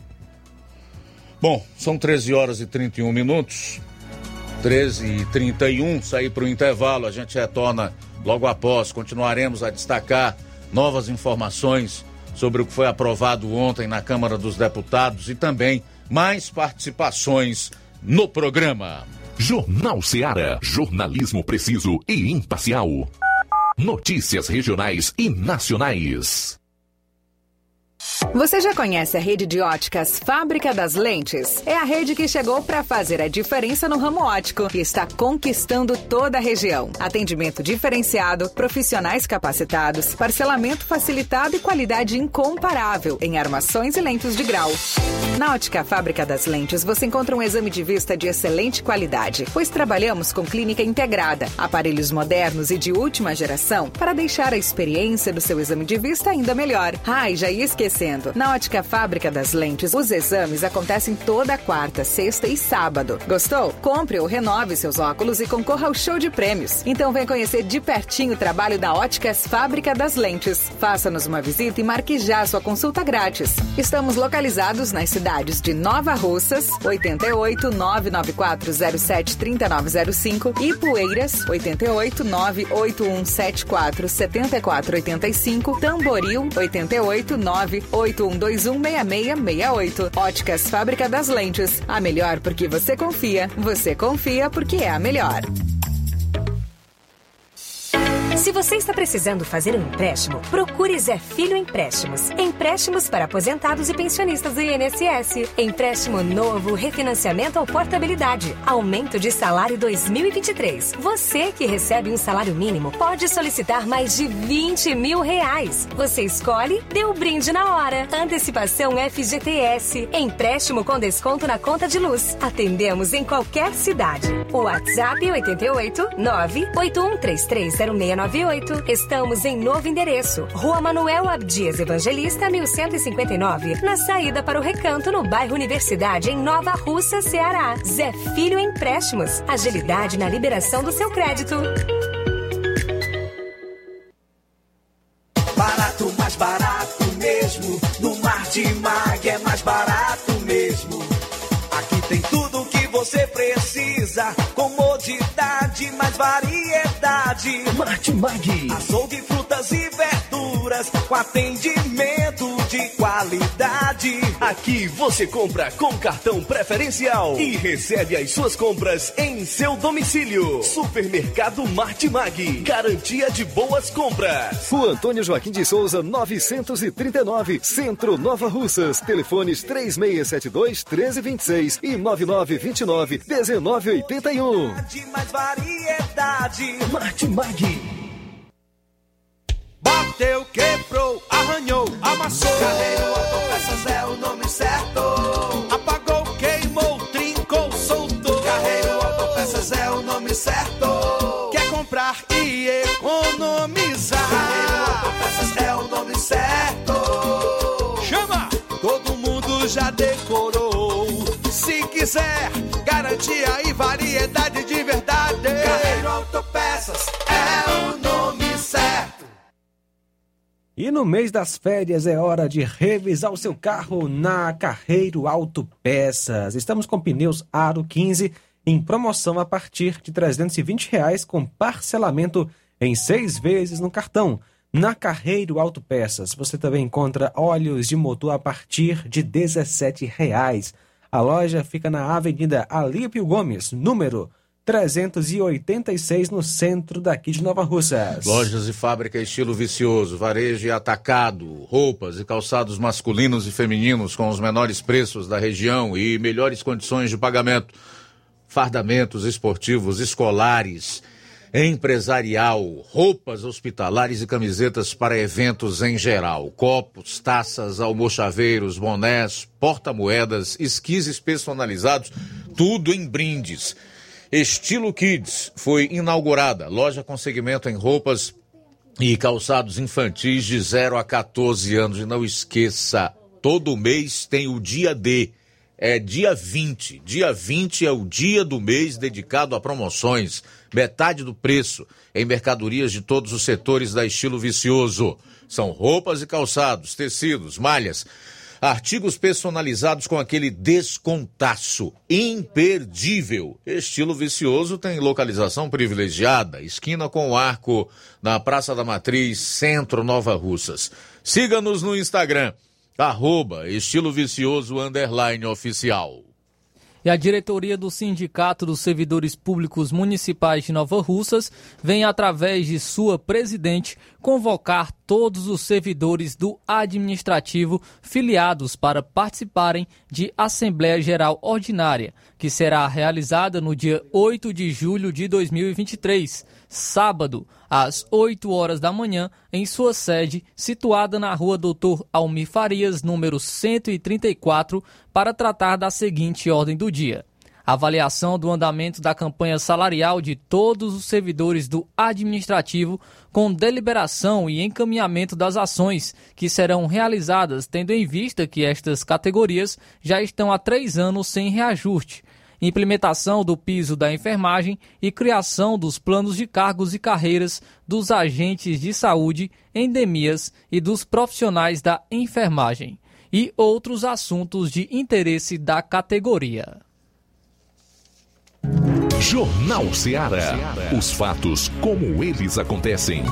B: Bom, são 13 horas e 31 minutos, 13h31, sair para o intervalo, a gente retorna logo após. Continuaremos a destacar novas informações sobre o que foi aprovado ontem na Câmara dos Deputados e também mais participações no programa.
A: Jornal Ceará, jornalismo preciso e imparcial. Notícias regionais e nacionais.
F: Você já conhece a rede de óticas Fábrica das Lentes? É a rede que chegou para fazer a diferença no ramo óptico e está conquistando toda a região. Atendimento diferenciado, profissionais capacitados, parcelamento facilitado e qualidade incomparável em armações e lentes de grau. Na Ótica Fábrica das Lentes, você encontra um exame de vista de excelente qualidade, pois trabalhamos com clínica integrada, aparelhos modernos e de última geração para deixar a experiência do seu exame de vista ainda melhor. E já ia esquecendo. Na Ótica Fábrica das Lentes, os exames acontecem toda quarta, sexta e sábado. Gostou? Compre ou renove seus óculos e concorra ao show de prêmios. Então vem conhecer de pertinho o trabalho da Óticas Fábrica das Lentes. Faça-nos uma visita e marque já sua consulta grátis. Estamos localizados nas cidades de Nova Russas, 88 99407 3905 e Poeiras, 88 98174 7485, Tamboril, 88 981216668. Óticas Fábrica das Lentes. A melhor porque você confia. Você confia porque é a melhor.
L: Se você está precisando fazer um empréstimo, procure Zé Filho Empréstimos. Empréstimos para aposentados e pensionistas do INSS. Empréstimo novo, refinanciamento ou portabilidade. Aumento de salário 2023. Você que recebe um salário mínimo pode solicitar mais de R$20 mil. Você escolhe, dê o brinde na hora. Antecipação FGTS. Empréstimo com desconto na conta de luz. Atendemos em qualquer cidade. O WhatsApp 88 981330698. Estamos em novo endereço. Rua Manuel Abdias Evangelista, 1159. Na saída para o Recanto, no bairro Universidade, em Nova Russa, Ceará. Zé Filho Empréstimos. Agilidade na liberação do seu crédito.
H: Barato, mais barato mesmo. No Martimag é mais barato mesmo. Aqui tem tudo o que você precisa. Comodidade, mais variedade.
J: Martimag.
H: Açougue, frutas e verduras com atendimento de qualidade.
J: Aqui você compra com cartão preferencial e recebe as suas compras em seu domicílio. Supermercado Martimag. Garantia de boas compras.
M: Rua Antônio Joaquim de Souza, 939, Centro, Nova Russas. Telefones 3672-1326 e 9929-1981.
H: Mais variedade.
J: Martimag.
H: Bateu, quebrou, arranhou, amassou. Carreiro Autopeças é o nome certo. Apagou, queimou, trincou, soltou. Carreiro Autopeças é o nome certo. Quer comprar e economizar? Carreiro Autopeças é o nome certo. Chama! Todo mundo já decorou. Se quiser, garantia e variedade de verdade. Carreiro Autopeças é o nome certo.
C: E no mês das férias é hora de revisar o seu carro na Carreiro Autopeças. Estamos com pneus Aro 15 em promoção a partir de R$ 320 com parcelamento em 6 vezes no cartão. Na Carreiro Autopeças você também encontra óleos de motor a partir de R$ 17. A loja fica na Avenida Alípio Gomes, número 386, no centro daqui de Nova Russas.
B: Lojas e fábrica estilo vicioso, varejo e atacado, roupas e calçados masculinos e femininos com os menores preços da região e melhores condições de pagamento. Fardamentos esportivos, escolares, empresarial, roupas hospitalares e camisetas para eventos em geral. Copos, taças, almochaveiros, bonés, porta-moedas, esquizes personalizados, tudo em brindes. Estilo Kids foi inaugurada, loja com segmento em roupas e calçados infantis de 0 a 14 anos. E não esqueça, todo mês tem o dia D, é dia 20. Dia 20 é o dia do mês dedicado a promoções, metade do preço em mercadorias de todos os setores da Estilo Vicioso. São roupas e calçados, tecidos, malhas, artigos personalizados com aquele descontaço imperdível. Estilo Vicioso tem localização privilegiada, esquina com o Arco, na Praça da Matriz, Centro, Nova Russas. Siga-nos no Instagram, @estilovicioso_oficial.
D: E a diretoria do Sindicato dos Servidores Públicos Municipais de Nova Russas vem, através de sua presidente, convocar todos os servidores do Administrativo filiados para participarem de Assembleia Geral Ordinária, que será realizada no dia 8 de julho de 2023, sábado, às 8 horas da manhã, em sua sede, situada na rua Doutor Almir Farias, número 134, para tratar da seguinte ordem do dia: avaliação do andamento da campanha salarial de todos os servidores do Administrativo, com deliberação e encaminhamento das ações que serão realizadas, tendo em vista que estas categorias já estão há 3 anos sem reajuste. Implementação do piso da enfermagem e criação dos planos de cargos e carreiras dos agentes de saúde, endemias e dos profissionais da enfermagem. E outros assuntos de interesse da categoria.
A: Jornal Ceará. Os fatos como eles acontecem.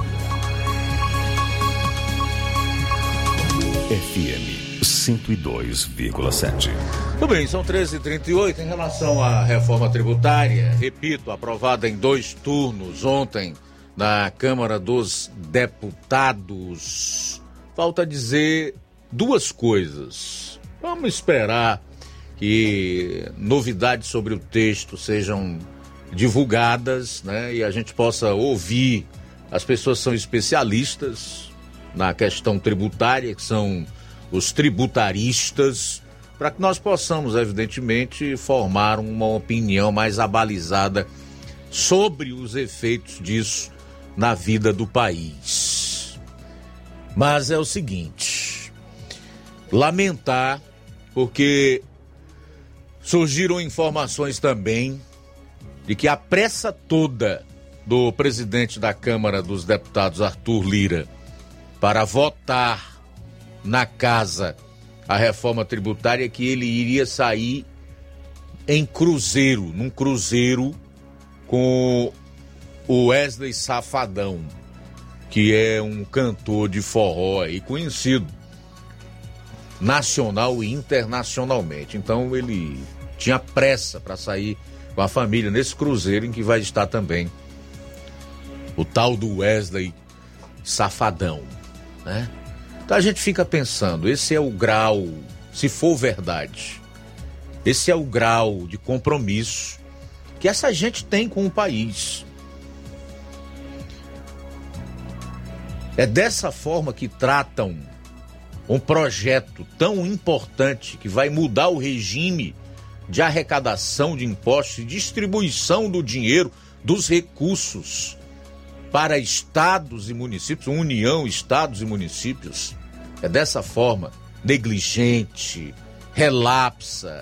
G: FM 102,7.
B: Tudo bem, são 13h38. Em relação à reforma tributária, repito, aprovada em 2 turnos ontem na Câmara dos Deputados, falta dizer 2 coisas. Vamos esperar que novidades sobre o texto sejam divulgadas, né, e a gente possa ouvir. As pessoas são especialistas na questão tributária, que são os tributaristas, para que nós possamos, evidentemente, formar uma opinião mais abalizada sobre os efeitos disso na vida do país. Mas é o seguinte, lamentar, porque surgiram informações também de que a pressa toda do presidente da Câmara dos Deputados, Arthur Lira, para votar na casa a reforma tributária, que ele iria sair em cruzeiro, num cruzeiro com o Wesley Safadão, que é um cantor de forró aí conhecido nacional e internacionalmente. Então ele tinha pressa para sair com a família nesse cruzeiro, em que vai estar também o tal do Wesley Safadão, né? Então a gente fica pensando, esse é o grau, se for verdade, esse é o grau de compromisso que essa gente tem com o país. É dessa forma que tratam um projeto tão importante que vai mudar o regime de arrecadação de impostos e distribuição do dinheiro, dos recursos para estados e municípios, União, estados e municípios. É dessa forma, negligente, relapsa,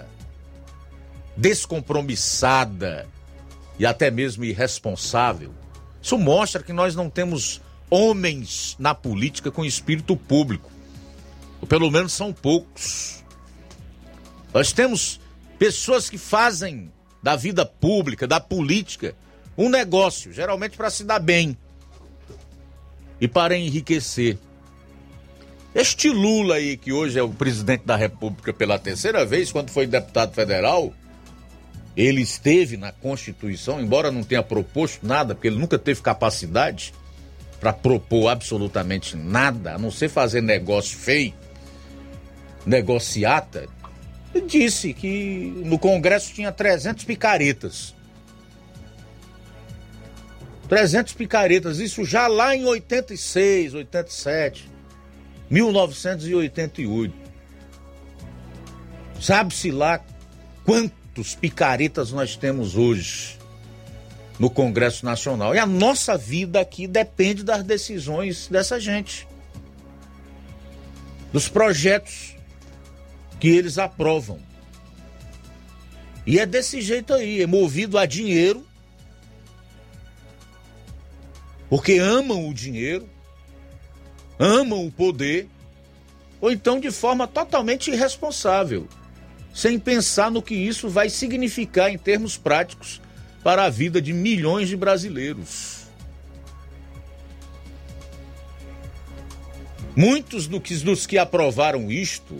B: descompromissada e até mesmo irresponsável. Isso mostra que nós não temos homens na política com espírito público, ou pelo menos são poucos. Nós temos pessoas que fazem da vida pública, da política, um negócio, geralmente para se dar bem e para enriquecer. Este Lula aí, que hoje é o presidente da República pela 3ª vez, quando foi deputado federal, ele esteve na Constituição, embora não tenha proposto nada, porque ele nunca teve capacidade para propor absolutamente nada, a não ser fazer negócio feio, negociata. Ele disse que no Congresso tinha 300 picaretas. 300 picaretas, isso já lá em 86, 87, 1988. Sabe-se lá quantos picaretas nós temos hoje no Congresso Nacional. E a nossa vida aqui depende das decisões dessa gente, dos projetos que eles aprovam. E é desse jeito aí, é movido a dinheiro, porque amam o dinheiro, amam o poder, ou então de forma totalmente irresponsável, sem pensar no que isso vai significar em termos práticos para a vida de milhões de brasileiros. Muitos dos que aprovaram isto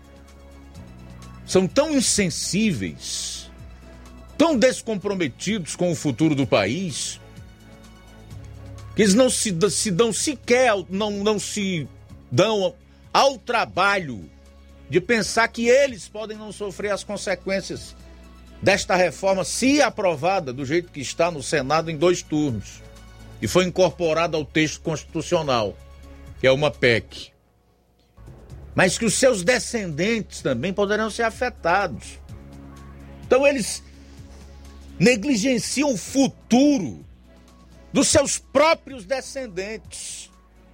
B: são tão insensíveis, tão descomprometidos com o futuro do país, que eles não se dão sequer, não se dão ao trabalho de pensar que eles podem não sofrer as consequências desta reforma, se aprovada do jeito que está no Senado em 2 turnos, e foi incorporada ao texto constitucional, que é uma PEC. Mas que os seus descendentes também poderão ser afetados. Então eles negligenciam o futuro dos seus próprios descendentes.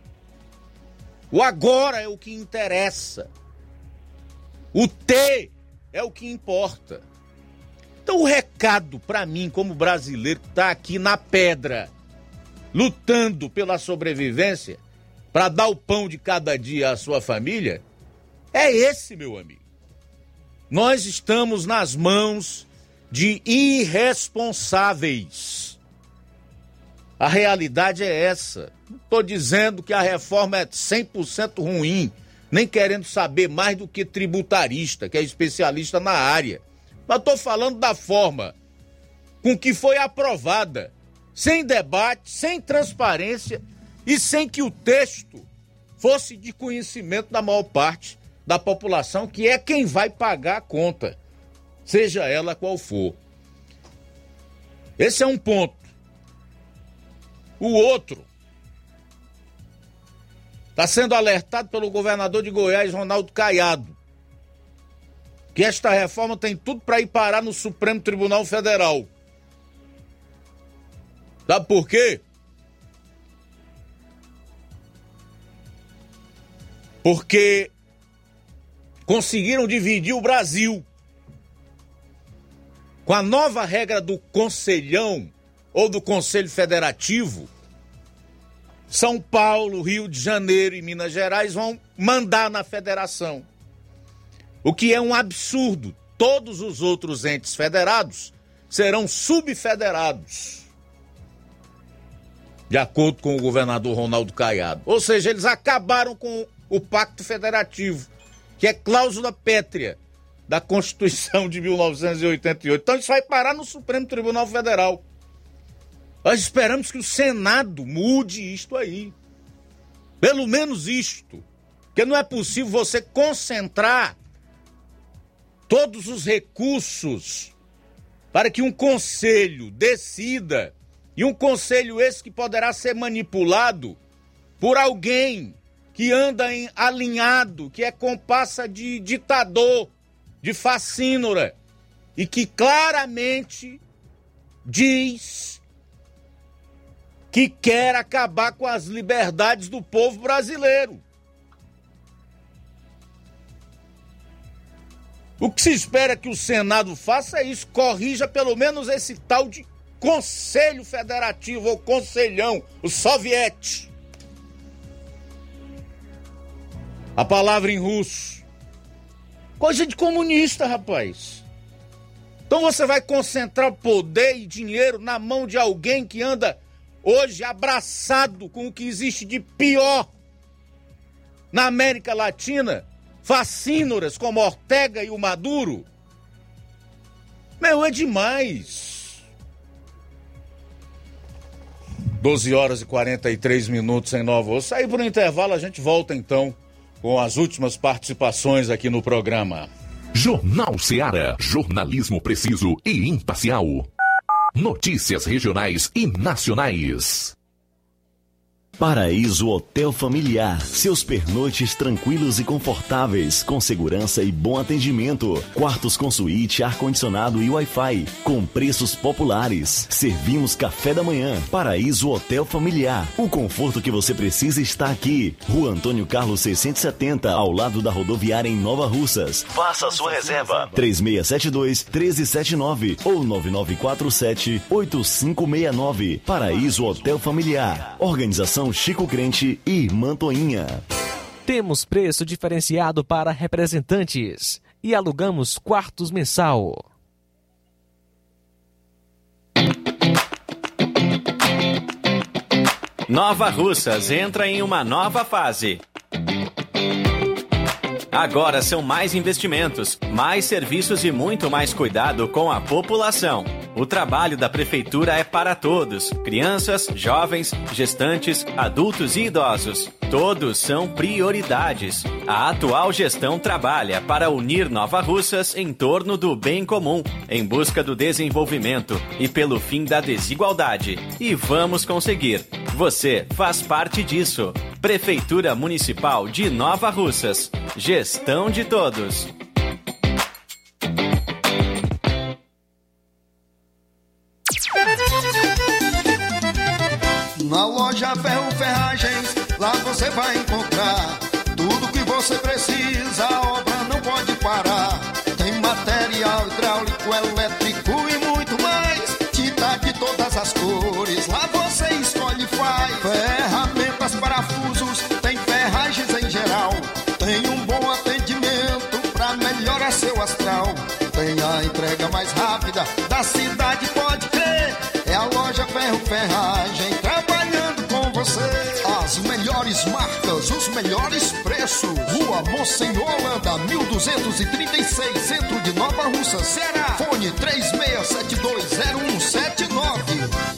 B: O agora é o que interessa. O ter é o que importa. Então o recado para mim, como brasileiro, que está aqui na pedra, lutando pela sobrevivência, para dar o pão de cada dia à sua família, é esse, meu amigo. Nós estamos nas mãos de irresponsáveis. A realidade é essa. Não estou dizendo que a reforma é 100% ruim, nem querendo saber mais do que tributarista, que é especialista na área. Mas estou falando da forma com que foi aprovada, sem debate, sem transparência e sem que o texto fosse de conhecimento da maior parte da população, que é quem vai pagar a conta, seja ela qual for. Esse é um ponto. O outro está sendo alertado pelo governador de Goiás, Ronaldo Caiado, que esta reforma tem tudo para ir parar no Supremo Tribunal Federal. Sabe por quê? Porque conseguiram dividir o Brasil. Com a nova regra do Conselhão ou do Conselho Federativo, São Paulo, Rio de Janeiro e Minas Gerais vão mandar na federação. O que é um absurdo. Todos os outros entes federados serão subfederados, de acordo com o governador Ronaldo Caiado. Ou seja, eles acabaram com o Pacto Federativo, que é cláusula pétrea da Constituição de 1988. Então isso vai parar no Supremo Tribunal Federal. Nós esperamos que o Senado mude isto aí. Pelo menos isto. Porque não é possível você concentrar todos os recursos para que um conselho decida, e um conselho esse que poderá ser manipulado por alguém que anda alinhado, que é comparsa de ditador, de facínora, e que claramente diz que quer acabar com as liberdades do povo brasileiro. O que se espera que o Senado faça é isso, corrija pelo menos esse tal de Conselho Federativo ou Conselhão, o soviete. A palavra em russo. Coisa de comunista, rapaz. Então você vai concentrar poder e dinheiro na mão de alguém que anda hoje abraçado com o que existe de pior na América Latina, facínoras como Ortega e o Maduro. Meu, é demais. 12h43 em Nova Osso. Sair por um intervalo, a gente volta então com as últimas participações aqui no programa.
A: Jornal Ceará, jornalismo preciso e imparcial. Notícias regionais e nacionais.
N: Paraíso Hotel Familiar. Seus pernoites tranquilos e confortáveis, com segurança e bom atendimento. Quartos com suíte, ar-condicionado e Wi-Fi, com preços populares. Servimos café da manhã. Paraíso Hotel Familiar. O conforto que você precisa está aqui. Rua Antônio Carlos 670, ao lado da rodoviária em Nova Russas. Faça a sua reserva. 3672-1379 ou 9947-8569. Paraíso Hotel Familiar. Organização Chico Crente e Mantoinha.
C: Temos preço diferenciado para representantes e alugamos quartos mensal.
P: Nova Russas entra em uma nova fase. Agora são mais investimentos, mais serviços e muito mais cuidado com a população. O trabalho da Prefeitura é para todos: crianças, jovens, gestantes, adultos e idosos. Todos são prioridades. A atual gestão trabalha para unir Nova Russas em torno do bem comum, em busca do desenvolvimento e pelo fim da desigualdade. E vamos conseguir. Você faz parte disso. Prefeitura Municipal de Nova Russas. Gestão de todos.
S: Na loja Ferro Ferragens, lá você vai encontrar tudo que você precisa, a obra não pode parar. Tem material hidráulico, elétrico e muito mais. Tinta de todas as cores, lá você escolhe e faz. Ferramentas, parafusos, tem ferragens em geral. Tem um bom atendimento pra melhorar seu astral. Tem a entrega mais rápida da cidade, pode crer. É a loja Ferro Ferragem trabalhando com você. As melhores marcas, os melhores preços. Rua Monsenhor Holanda, 1236, centro de Nova Russa, Ceará. Fone 36720179.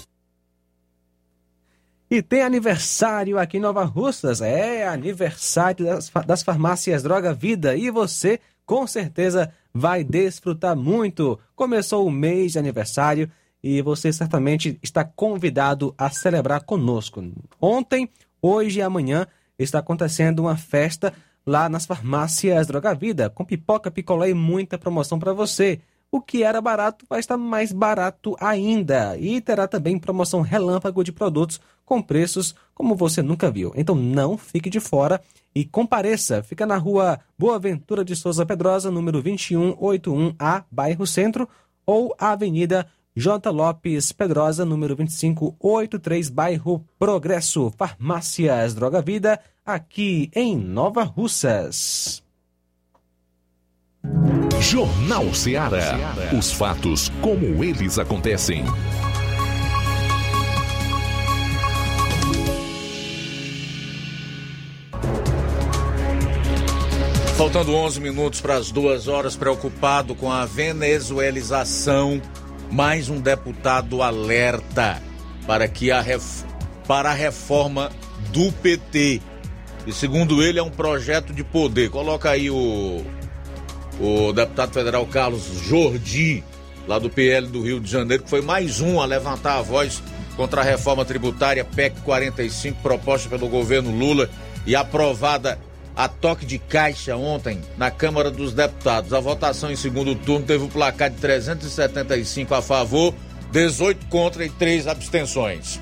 C: E tem aniversário aqui em Nova Russas. É aniversário das farmácias Droga Vida. E você, com certeza, vai desfrutar muito. Começou o mês de aniversário e você certamente está convidado a celebrar conosco. Ontem, hoje e amanhã está acontecendo uma festa lá nas farmácias Droga Vida, com pipoca, picolé e muita promoção para você. O que era barato vai estar mais barato ainda. E terá também promoção relâmpago de produtos com preços como você nunca viu. Então não fique de fora e compareça. Fica na rua Boa Ventura de Souza Pedrosa, número 2181A, bairro Centro, ou Avenida J. Lopes Pedrosa, número 2583, bairro Progresso. Farmácias Droga Vida, aqui em Nova Russas.
A: Jornal Ceará. Os fatos como eles acontecem.
B: Faltando 11 minutos para as 2 horas, preocupado com a venezuelização, mais um deputado alerta para a reforma do PT. E segundo ele, é um projeto de poder. Coloca aí o deputado federal Carlos Jordi, lá do PL do Rio de Janeiro, que foi mais um a levantar a voz contra a reforma tributária PEC 45, proposta pelo governo Lula e aprovada a toque de caixa ontem na Câmara dos Deputados. A votação em segundo turno teve um placar de 375 a favor, 18 contra e 3 abstenções.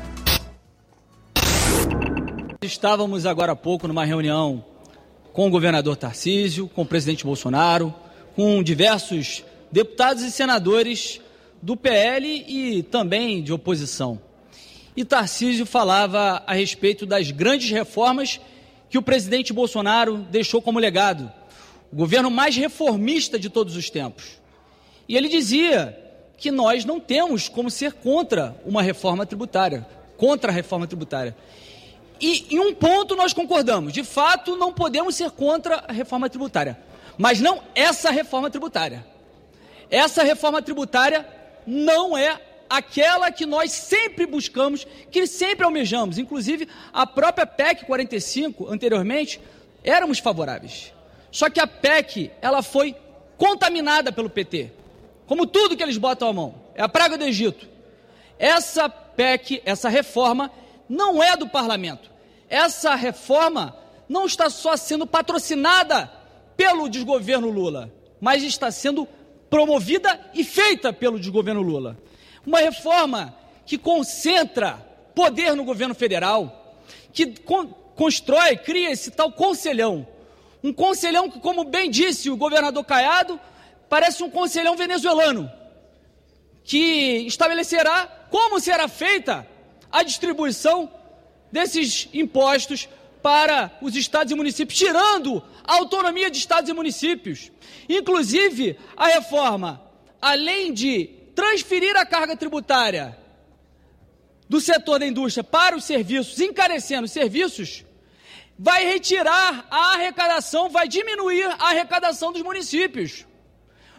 K: Estávamos agora há pouco numa reunião com o governador Tarcísio, com o presidente Bolsonaro, com diversos deputados e senadores do PL e também de oposição. E Tarcísio falava a respeito das grandes reformas que o presidente Bolsonaro deixou como legado, o governo mais reformista de todos os tempos. E ele dizia que nós não temos como ser contra uma reforma tributária, contra a reforma tributária. E em um ponto nós concordamos, de fato não podemos ser contra a reforma tributária, mas não essa reforma tributária. Essa reforma tributária não é aquela que nós sempre buscamos, que sempre almejamos. Inclusive, a própria PEC 45, anteriormente, éramos favoráveis. Só que a PEC, ela foi contaminada pelo PT. Como tudo que eles botam à mão. É a praga do Egito. Essa PEC, essa reforma, não é do parlamento. Essa reforma não está só sendo patrocinada pelo desgoverno Lula, mas está sendo promovida e feita pelo desgoverno Lula. Uma reforma que concentra poder no governo federal, que constrói, cria esse tal conselhão. Um conselhão que, como bem disse o governador Caiado, parece um conselhão venezuelano, que estabelecerá como será feita a distribuição desses impostos para os estados e municípios, tirando a autonomia de estados e municípios. Inclusive, a reforma, além de transferir a carga tributária do setor da indústria para os serviços, encarecendo os serviços, vai retirar a arrecadação, vai diminuir a arrecadação dos municípios.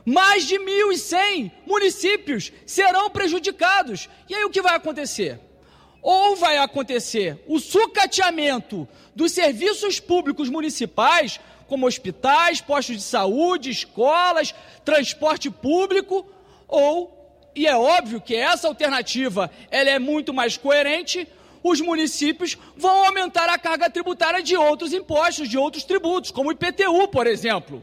K: Mais de 1.100 municípios serão prejudicados. E aí o que vai acontecer? Ou vai acontecer o sucateamento dos serviços públicos municipais, como hospitais, postos de saúde, escolas, transporte público, e é óbvio que essa alternativa ela é muito mais coerente, os municípios vão aumentar a carga tributária de outros impostos, de outros tributos, como o IPTU, por exemplo.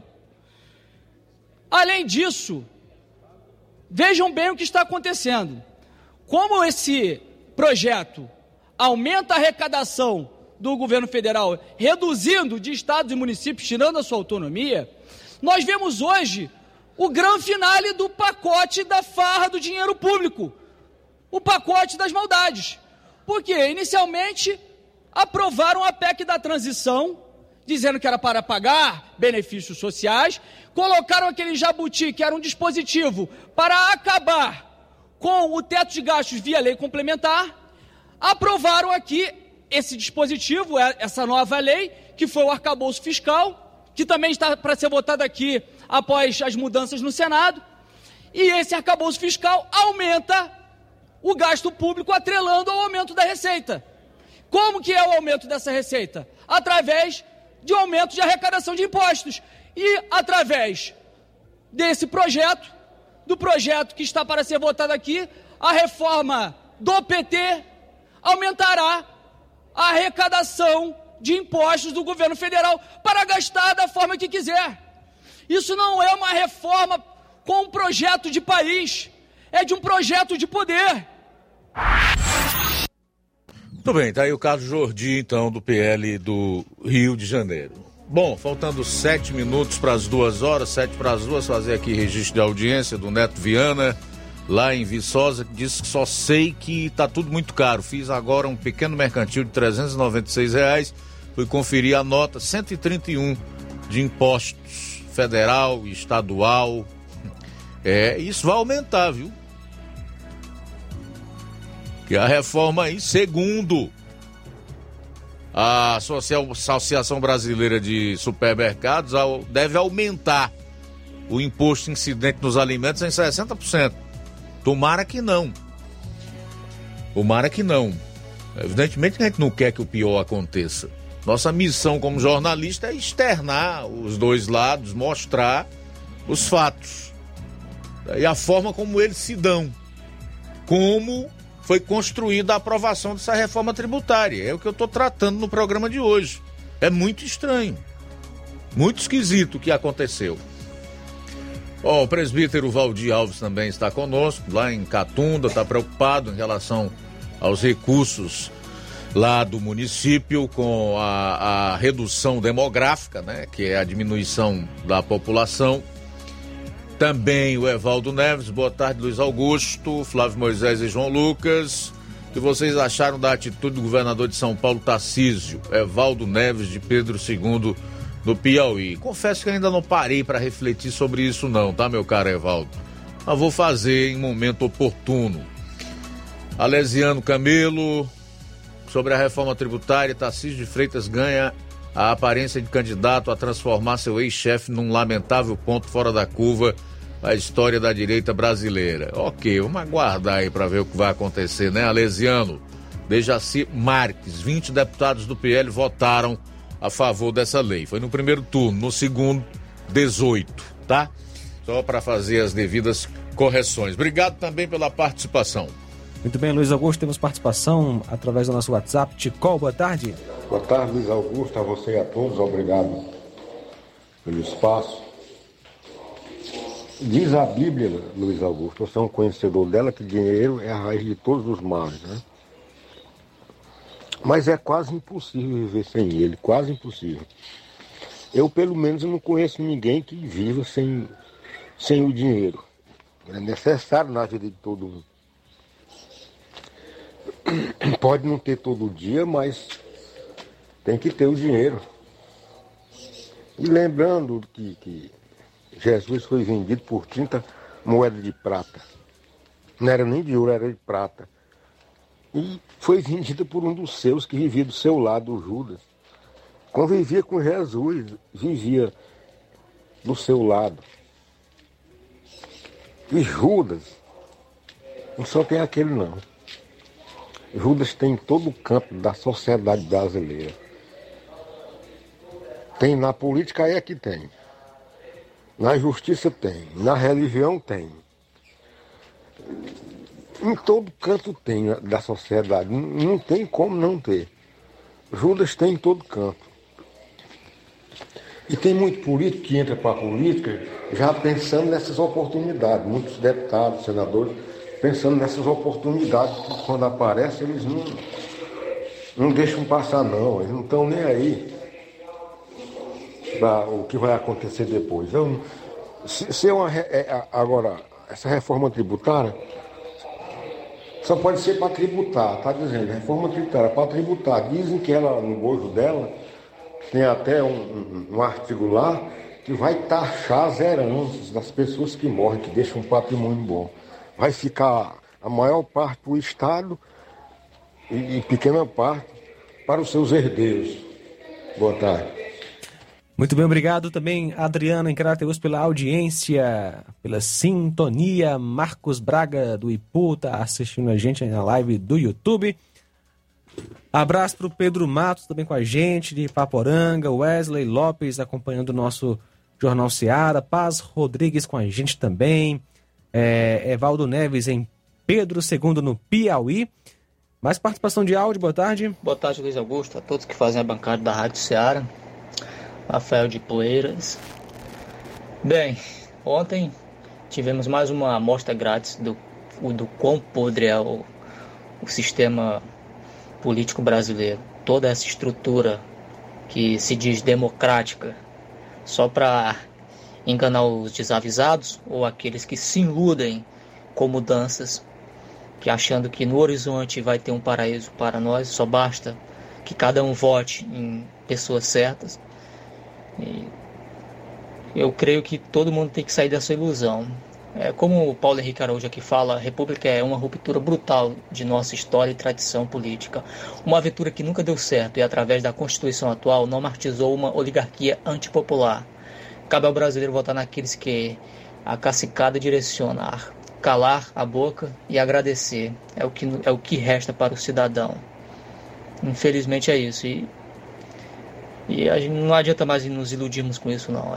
K: Além disso, vejam bem o que está acontecendo. Como esse projeto aumenta a arrecadação do governo federal, reduzindo de estados e municípios, tirando a sua autonomia, nós vemos hoje o grande finale do pacote da farra do dinheiro público, o pacote das maldades. Porque, inicialmente, aprovaram a PEC da transição, dizendo que era para pagar benefícios sociais, colocaram aquele jabuti, que era um dispositivo para acabar com o teto de gastos via lei complementar, aprovaram aqui esse dispositivo, essa nova lei, que foi o arcabouço fiscal, que também está para ser votado aqui após as mudanças no Senado, e esse arcabouço fiscal aumenta o gasto público atrelando ao aumento da receita. Como que é o aumento dessa receita? Através de aumento de arrecadação de impostos. E através desse projeto, do projeto que está para ser votado aqui, a reforma do PT aumentará a arrecadação de impostos do governo federal para gastar da forma que quiser. Isso não é uma reforma com um projeto de país, é de um projeto de poder.
B: Muito bem, tá aí o Carlos Jordi, então, do PL do Rio de Janeiro. Bom, faltando 7 minutos para as 2 horas, 7 para as 2, fazer aqui registro de audiência do Neto Viana, lá em Viçosa, que disse que só sei que tá tudo muito caro. Fiz agora um pequeno mercantil de R$396, fui conferir a nota, 131 de impostos, federal e estadual. Isso vai aumentar, viu? Que a reforma aí, segundo a Associação Brasileira de Supermercados, deve aumentar o imposto incidente nos alimentos em 60%. Tomara que não. Tomara que não. Evidentemente que a gente não quer que o pior aconteça. Nossa missão como jornalista é externar os dois lados, mostrar os fatos e a forma como eles se dão. Como foi construída a aprovação dessa reforma tributária. É o que eu estou tratando no programa de hoje. É muito estranho. Muito esquisito o que aconteceu. O presbítero Valdir Alves também está conosco, lá em Catunda, está preocupado em relação aos recursos lá do município com a redução demográfica, né, que é a diminuição da população. Também o Evaldo Neves, boa tarde, Luiz Augusto, Flávio Moisés e João Lucas. O que vocês acharam da atitude do governador de São Paulo, Tarcísio, Evaldo Neves, de Pedro II, do Piauí? Confesso que ainda não parei para refletir sobre isso não, tá, meu caro Evaldo? Mas vou fazer em momento oportuno. Alesiano Camelo, sobre a reforma tributária, Tarcísio de Freitas ganha a aparência de candidato a transformar seu ex-chefe num lamentável ponto fora da curva da história da direita brasileira. Ok, vamos aguardar aí para ver o que vai acontecer, né, Alesiano? Dejaci Marques, 20 deputados do PL votaram a favor dessa lei. Foi no primeiro turno, no segundo, 18, tá? Só para fazer as devidas correções. Obrigado também pela participação.
C: Muito bem, Luiz Augusto, temos participação através do nosso WhatsApp. Ticol, boa tarde.
O: Boa tarde, Luiz Augusto, a você e a todos, obrigado pelo espaço. Diz a Bíblia, Luiz Augusto, você é um conhecedor dela, que dinheiro é a raiz de todos os males, né? Mas é quase impossível viver sem ele, quase impossível. Eu, pelo menos, não conheço ninguém que viva sem o dinheiro. É necessário na vida de todo mundo. Pode não ter todo dia, mas tem que ter o dinheiro. E lembrando que Jesus foi vendido por 30 moedas de prata. Não era nem de ouro, era de prata. E foi vendido por um dos seus que vivia do seu lado, o Judas. Convivia com Jesus, vivia do seu lado. que Judas não só tem aquele não. Judas tem em todo o campo da sociedade brasileira. Tem na política, aí é que tem. Na justiça tem. Na religião tem. Em todo canto tem da sociedade. Não tem como não ter. Judas tem em todo canto. E tem muito político que entra para a política já pensando nessas oportunidades. Muitos deputados, senadores, pensando nessas oportunidades que quando aparecem eles não deixam passar não. Eles não estão nem aí para o que vai acontecer depois. Agora, essa reforma tributária só pode ser para tributar, está dizendo, reforma tributária para tributar. Dizem que ela, no bojo dela, tem até um artigo lá que vai taxar as heranças das pessoas que morrem, que deixam um patrimônio bom. Vai ficar a maior parte para o Estado e pequena parte para os seus herdeiros. Boa tarde.
C: Muito bem, obrigado também, Adriana em Crateus, pela audiência, pela sintonia. Marcos Braga do Ipu está assistindo a gente na live do YouTube. Abraço para o Pedro Matos também com a gente, de Paporanga. Wesley Lopes acompanhando o nosso Jornal Seara. Paz Rodrigues com a gente também. Evaldo Neves em Pedro II no Piauí. Mais participação de áudio, boa tarde.
Q: Boa tarde, Luiz Augusto, a todos que fazem a bancada da Rádio Seara. Rafael de Poeiras. Bem, ontem tivemos mais uma amostra grátis do quão podre é o sistema político brasileiro. Toda essa estrutura que se diz democrática só para enganar os desavisados ou aqueles que se iludem com mudanças, que achando que no horizonte vai ter um paraíso para nós, só basta que cada um vote em pessoas certas. E eu creio que todo mundo tem que sair dessa ilusão. Como o Paulo Henrique Araújo aqui fala, a República é uma ruptura brutal de nossa história e tradição política. Uma aventura que nunca deu certo e, através da Constituição atual, normatizou uma oligarquia antipopular. Cabe ao brasileiro votar naqueles que a cacicada direcionar, calar a boca e agradecer. É o que resta para o cidadão. Infelizmente é isso. E a gente não adianta mais nos iludirmos com isso, não.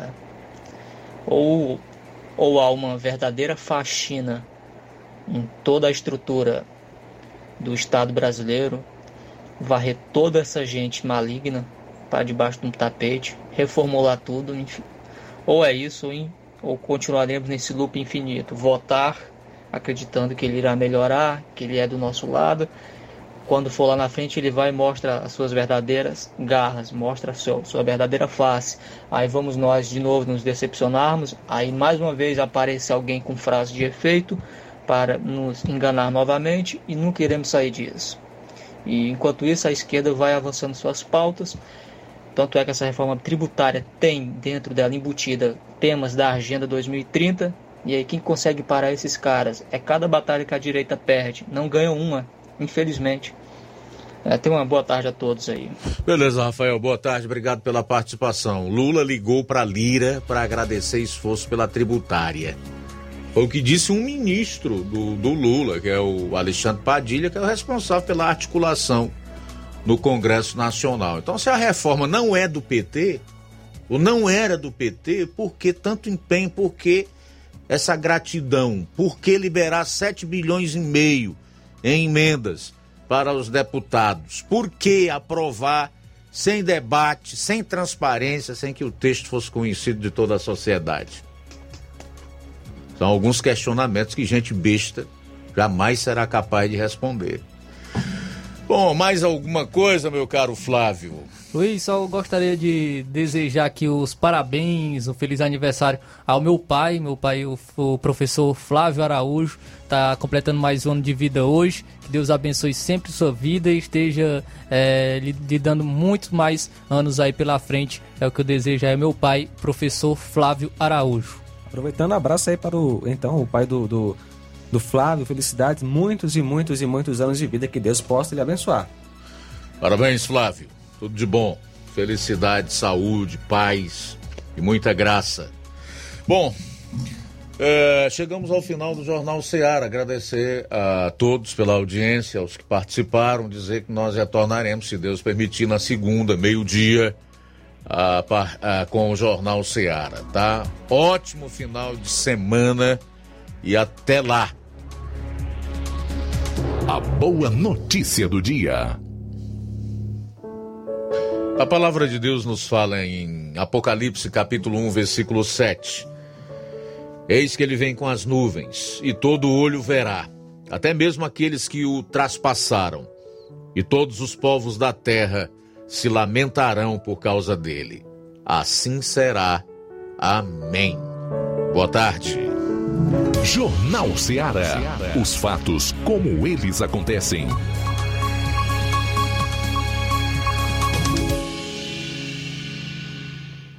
Q: Ou há uma verdadeira faxina em toda a estrutura do Estado brasileiro, varrer toda essa gente maligna para debaixo de um tapete, reformular tudo, enfim. Ou é isso, ou continuaremos nesse loop infinito, votar acreditando que ele irá melhorar, que ele é do nosso lado. Quando for lá na frente, ele vai e mostra as suas verdadeiras garras, mostra a sua verdadeira face. Aí vamos nós de novo nos decepcionarmos, aí mais uma vez aparece alguém com frase de efeito para nos enganar novamente e não queremos sair disso. E enquanto isso, a esquerda vai avançando suas pautas. Tanto é que essa reforma tributária tem dentro dela embutida temas da Agenda 2030. E aí quem consegue parar esses caras? É cada batalha que a direita perde. Não ganha uma, infelizmente. Tenha uma boa tarde a todos aí.
B: Beleza, Rafael, boa tarde, obrigado pela participação. Lula ligou para Lira para agradecer esforço pela tributária. Foi o que disse um ministro do Lula, que é o Alexandre Padilha, que é o responsável pela articulação no Congresso Nacional. Então, se a reforma não é do PT, ou não era do PT, por que tanto empenho, por que essa gratidão, por que liberar 7,5 bilhões em emendas para os deputados? Por que aprovar sem debate, sem transparência, sem que o texto fosse conhecido de toda a sociedade? São alguns questionamentos que gente besta jamais será capaz de responder. Bom, mais alguma coisa, meu caro Flávio?
D: Luiz, só gostaria de desejar aqui os parabéns, um feliz aniversário ao meu pai, o professor Flávio Araújo, está completando mais um ano de vida hoje. Que Deus abençoe sempre sua vida e esteja lhe dando muitos mais anos aí pela frente. É o que eu desejo aí ao meu pai, professor Flávio Araújo.
C: Aproveitando, abraço aí para o pai do Flávio, felicidades, muitos e muitos e muitos anos de vida, que Deus possa lhe abençoar.
B: Parabéns, Flávio, tudo de bom, felicidade, saúde, paz e muita graça. Bom, Chegamos ao final do Jornal Seara. Agradecer a todos pela audiência, aos que participaram, dizer que nós retornaremos, se Deus permitir, na segunda, meio-dia, com o Jornal Seara, tá? Ótimo final de semana e até lá.
A: A boa notícia do dia.
B: A palavra de Deus nos fala em Apocalipse capítulo 1, versículo 7. Eis que ele vem com as nuvens, e todo olho verá, até mesmo aqueles que o traspassaram, e todos os povos da terra se lamentarão por causa dele. Assim será. Amém. Boa tarde.
A: Jornal Seara. Os fatos como eles acontecem.